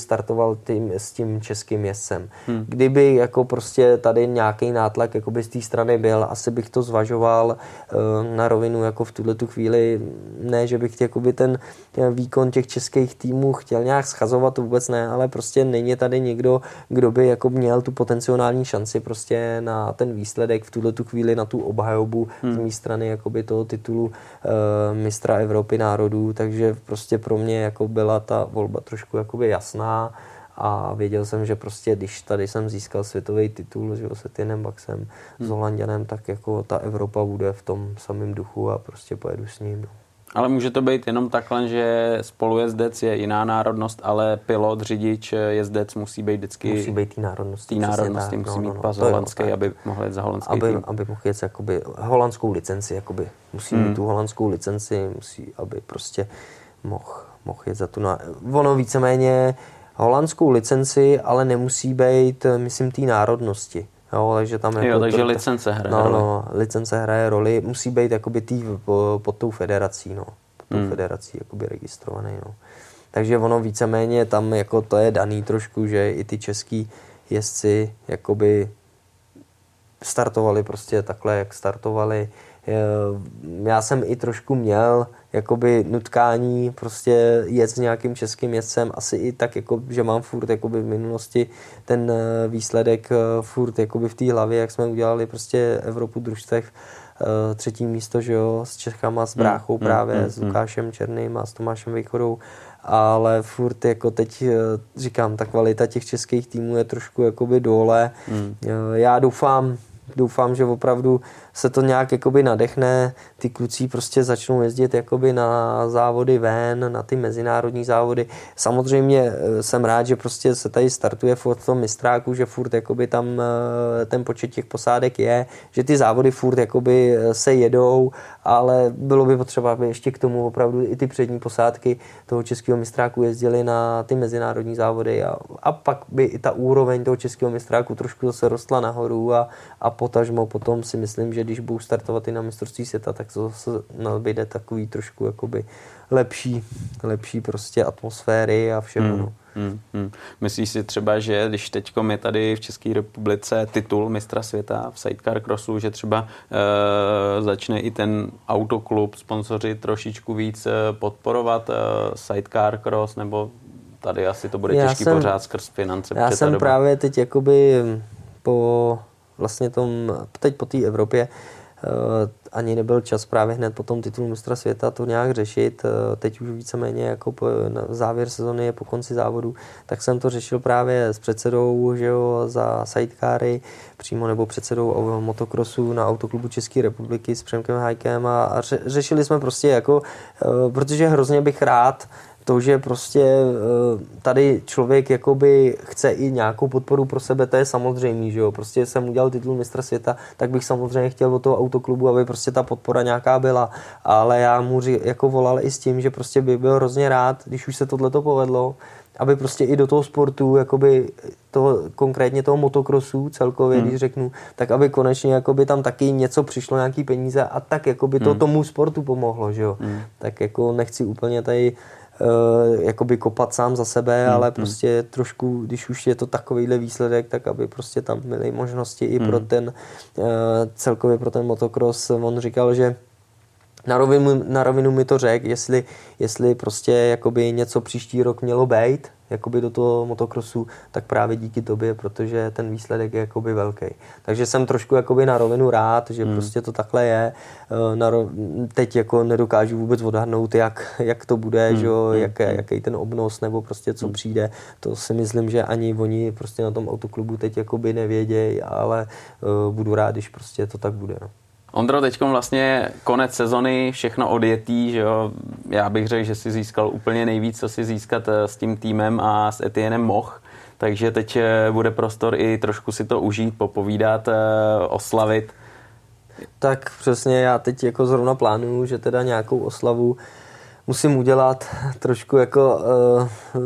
S2: startoval tím, s tím českým jezdcem. Hmm. Kdyby jako prostě tady nějaký nátlak jakoby z té strany byl, asi bych to zvažoval na rovinu jako v tuhle tu chvíli. Ne, že bych jakoby ten výkon těch českých týmů chtěl nějak schazovat, to vůbec ne, ale prostě není tady někdo, kdo by jako měl tu potenciální šanci prostě na ten výsledek v tuhle tu chvíli, na tu obhajobu hmm. z mé strany jakoby toho titulu uh, mistra Evropy národů, takže prostě pro mě jako byla ta volba trošku jakoby jasná a věděl jsem, že prostě když tady jsem získal světový titul, že s Etiennem Baxem, hmm. s Holanďanem, tak jako ta Evropa bude v tom samém duchu a prostě pojedu s ním. No.
S1: Ale může to být jenom takhle, že spolujezdec je jiná národnost, ale pilot, řidič, jezdec musí být vždycky...
S2: Musí být tý národnosti.
S1: Tý národnosti musí
S2: no,
S1: mít
S2: no, no,
S1: pas holandský, jo, aby mohl jet za holandský
S2: aby,
S1: tým.
S2: Aby mohl jet jakoby holandskou licenci, jakoby. Musí hmm. mít tu holandskou licenci, musí, aby prostě mohl, mohl jet za tu... Ná... Ono víceméně holandskou licenci, ale nemusí být, myslím, té národnosti. Jo, takže tam
S1: jo,
S2: jako
S1: takže
S2: to,
S1: licence hraje
S2: no,
S1: roli.
S2: No, licence hraje roli, musí být jakoby tý, po, pod tou federací, no. Pod tou hmm. federací jakoby registrovaný, no. Takže ono víceméně tam jako to je daný trošku, že i ty český jezdci jakoby startovali prostě takhle, jak startovali. Já jsem i trošku měl jakoby nutkání prostě jet s nějakým českým jezdcem, asi i tak, jako, že mám furt jakoby v minulosti ten výsledek furt jakoby v té hlavě, jak jsme udělali prostě Evropu družstev, třetí místo, že jo, s Čechama, s bráchou mm, právě, mm, mm, s Lukášem Černým a s Tomášem Vejchodou, ale furt jako teď říkám, ta kvalita těch českých týmů je trošku jakoby dole. Mm. Já doufám, Doufám, že opravdu se to nějak jakoby nadechne, ty kluci prostě začnou jezdit jakoby na závody ven, na ty mezinárodní závody. Samozřejmě jsem rád, že prostě se tady startuje v tom mistráku, že furt jakoby tam ten počet těch posádek je, že ty závody furt jakoby se jedou, ale bylo by potřeba, aby ještě k tomu opravdu i ty přední posádky toho českého mistráku jezdily na ty mezinárodní závody a, a pak by i ta úroveň toho českého mistráku trošku zase rostla nahoru a, a potažmo potom si myslím, že když budou startovat i na mistrovství světa, tak to zase nabíde takový trošku jakoby lepší, lepší prostě atmosféry a všemu.
S1: Hmm, hmm, hmm. Myslíš si třeba, že když teďkom je tady v České republice titul mistra světa v sidecar crossu, že třeba e, začne i ten autoklub, sponzoři trošičku víc podporovat e, sidecar cross, nebo tady asi to bude já těžký jsem, pořád skrz finance?
S2: Já jsem právě teď jakoby po vlastně tom, teď po té Evropě uh, ani nebyl čas právě hned po tom titulu mistra světa to nějak řešit. Uh, teď už víceméně jako po, na závěr sezony je po konci závodu, tak jsem to řešil právě s předsedou, že jo, za sidecary přímo, nebo předsedou motocrossu na Autoklubu České republiky s Přemkem Hajkem a, a ře, řešili jsme prostě jako, uh, protože hrozně bych rád to, že prostě tady člověk jakoby chce i nějakou podporu pro sebe, to je samozřejmé, že jo. Prostě jsem udělal titul mistra světa, tak bych samozřejmě chtěl od toho autoklubu, aby prostě ta podpora nějaká byla. Ale já mu jako volal i s tím, že prostě by byl hrozně rád, když už se tohleto povedlo, aby prostě i do toho sportu, jakoby toho, konkrétně toho motocrossu celkově, hmm. když řeknu, tak aby konečně jakoby tam taky něco přišlo, nějaký peníze a tak jakoby to hmm. tomu sportu pomohlo, že jo. Hmm. Tak jako nechci úplně tady Uh, jakoby kopat sám za sebe, hmm, ale prostě hmm. trošku, když už je to takovýhle výsledek, tak aby prostě tam byly možnosti i hmm. pro ten uh, celkově pro ten motocross. On říkal, že na rovinu, na rovinu mi to řekl, jestli, jestli prostě jakoby něco příští rok mělo být, jakoby do toho motocrossu, tak právě díky tobě, protože ten výsledek je jakoby velký. Takže jsem trošku jakoby na rovinu rád, že hmm. prostě to takhle je. Na ro... Teď jako nedokážu vůbec odhadnout, jak, jak to bude, hmm. že jo, hmm. jak, jaký ten obnos nebo prostě co hmm. přijde. To si myslím, že ani oni prostě na tom autoklubu teď jakoby nevědějí, ale uh, budu rád, když prostě to tak bude. No.
S1: Ondro, teďkom vlastně konec sezony, všechno odjetý, že jo? Já bych řekl, že si získal úplně nejvíc, co si získat s tím týmem a s Etienem moh, takže teď bude prostor i trošku si to užít, popovídat, oslavit.
S2: Tak přesně, já teď jako zrovna plánuju, že teda nějakou oslavu musím udělat trošku jako... Uh,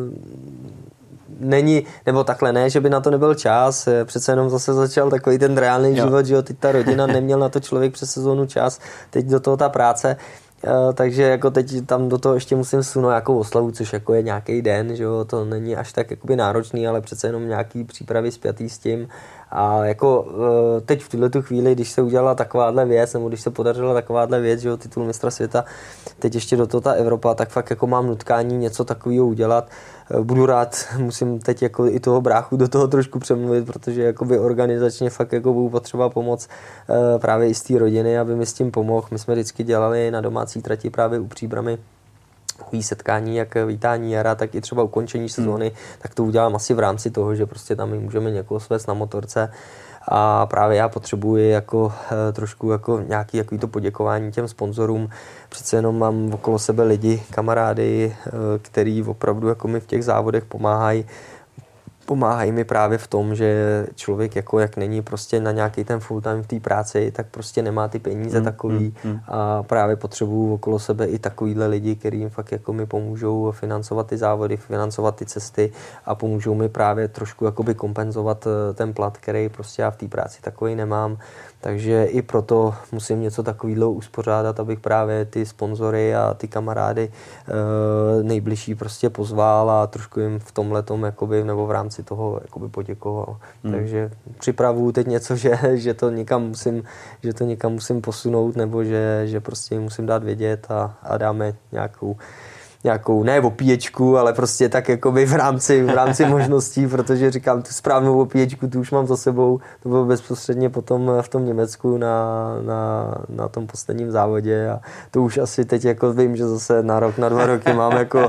S2: není, nebo takhle ne, že by na to nebyl čas, přece jenom zase začal takový ten reálný jo. život, že jo, teď ta rodina, neměl na to člověk přes sezónu čas, teď do toho ta práce, takže jako teď tam do toho ještě musím sunout jako oslavu, což jako je nějaký den, že jo, to není až tak jakoby náročný, ale přece jenom nějaký přípravy spjatý s tím. A jako teď v tuhle tu chvíli, když se udělala takováhle věc, nebo když se podařila takováhle věc, že jo, titul mistra světa, teď ještě do toho ta Evropa, tak fakt jako mám nutkání něco takového udělat. Budu rád, musím teď jako i toho bráchu do toho trošku přemluvit, protože jakoby organizačně fakt jako budu potřeba pomoc právě i z té rodiny, aby mi s tím pomohl. My jsme vždycky dělali na domácí trati právě u Příbramy takový setkání, jak vítání jara, tak i třeba ukončení sezóny, hmm. tak to udělám asi v rámci toho, že prostě tam můžeme někoho svést na motorce a právě já potřebuji jako trošku jako nějaký jaký to poděkování těm sponzorům. Přece jenom mám okolo sebe lidi, kamarády, který opravdu jako mi v těch závodech pomáhají. Pomáhají mi právě v tom, že člověk jako jak není prostě na nějaký ten full time v té práci, tak prostě nemá ty peníze mm, takový mm, mm. a právě potřebuju okolo sebe i takovýhle lidi, kteří jim fakt jako mi pomůžou financovat ty závody, financovat ty cesty a pomůžou mi právě trošku jakoby kompenzovat ten plat, který prostě já v té práci takový nemám. Takže i proto musím něco takového uspořádat, abych právě ty sponzory a ty kamarády e, nejbližší prostě pozval a trošku jim v tomhletom jakoby, nebo v rámci toho jakoby poděkoval. Hmm. Takže připravuju teď něco, že, že to někam musím, že to někam musím posunout, nebo že, že prostě jim musím dát vědět a, a dáme nějakou nějakou, ne opíječku, ale prostě tak jakoby v rámci, v rámci možností, protože říkám, tu správnou opíječku tu už mám za sebou, to bylo bezprostředně potom v tom Německu na, na, na tom posledním závodě a to už asi teď jako vím, že zase na rok, na dva roky mám jako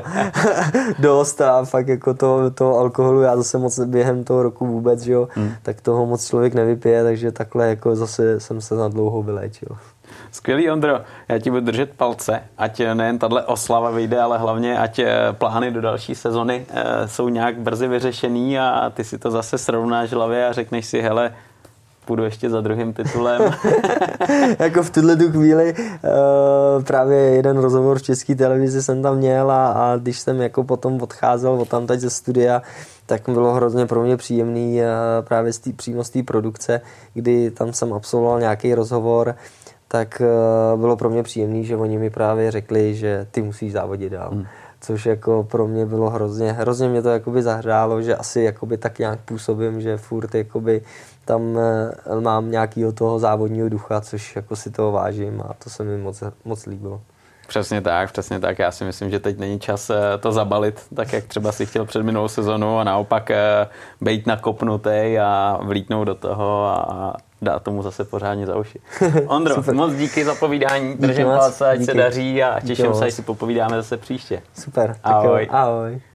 S2: dost a fakt jako to, to alkoholu já zase moc během toho roku vůbec, že jo, hmm. tak toho moc člověk nevypije, takže takhle jako zase jsem se na dlouho vyléčil.
S1: Skvělý, Ondro, já ti budu držet palce, ať nejen tahle oslava vyjde, ale hlavně ať plány do další sezony e, jsou nějak brzy vyřešený a ty si to zase srovnáš v hlavě a řekneš si, hele, půjdu ještě za druhým titulem.
S2: Jako v tuhle tu chvíli e, právě jeden rozhovor v České televizi jsem tam měl a, a když jsem jako potom odcházel od tamtať ze studia, tak bylo hrozně pro mě příjemný e, právě z tý, přímo z té produkce, kdy tam jsem absolvoval nějaký rozhovor, tak uh, bylo pro mě příjemný, že oni mi právě řekli, že ty musíš závodit dál. Hmm. Což jako pro mě bylo hrozně, hrozně mě to jakoby zahřálo, že asi jakoby tak nějak působím, že furt jakoby tam uh, mám nějakýho toho závodního ducha, což jako si toho vážím a to se mi moc, moc líbilo.
S1: Přesně tak, přesně tak. Já si myslím, že teď není čas to zabalit, tak jak třeba si chtěl před minulou sezonu a naopak bejt nakopnutý a vlítnout do toho a dát tomu zase pořádně za uši. Ondro, super. Moc díky za povídání, držím palce, ať díky. Se daří a těším díky se, až si popovídáme zase příště.
S2: Super,
S1: ahoj.
S2: Ahoj.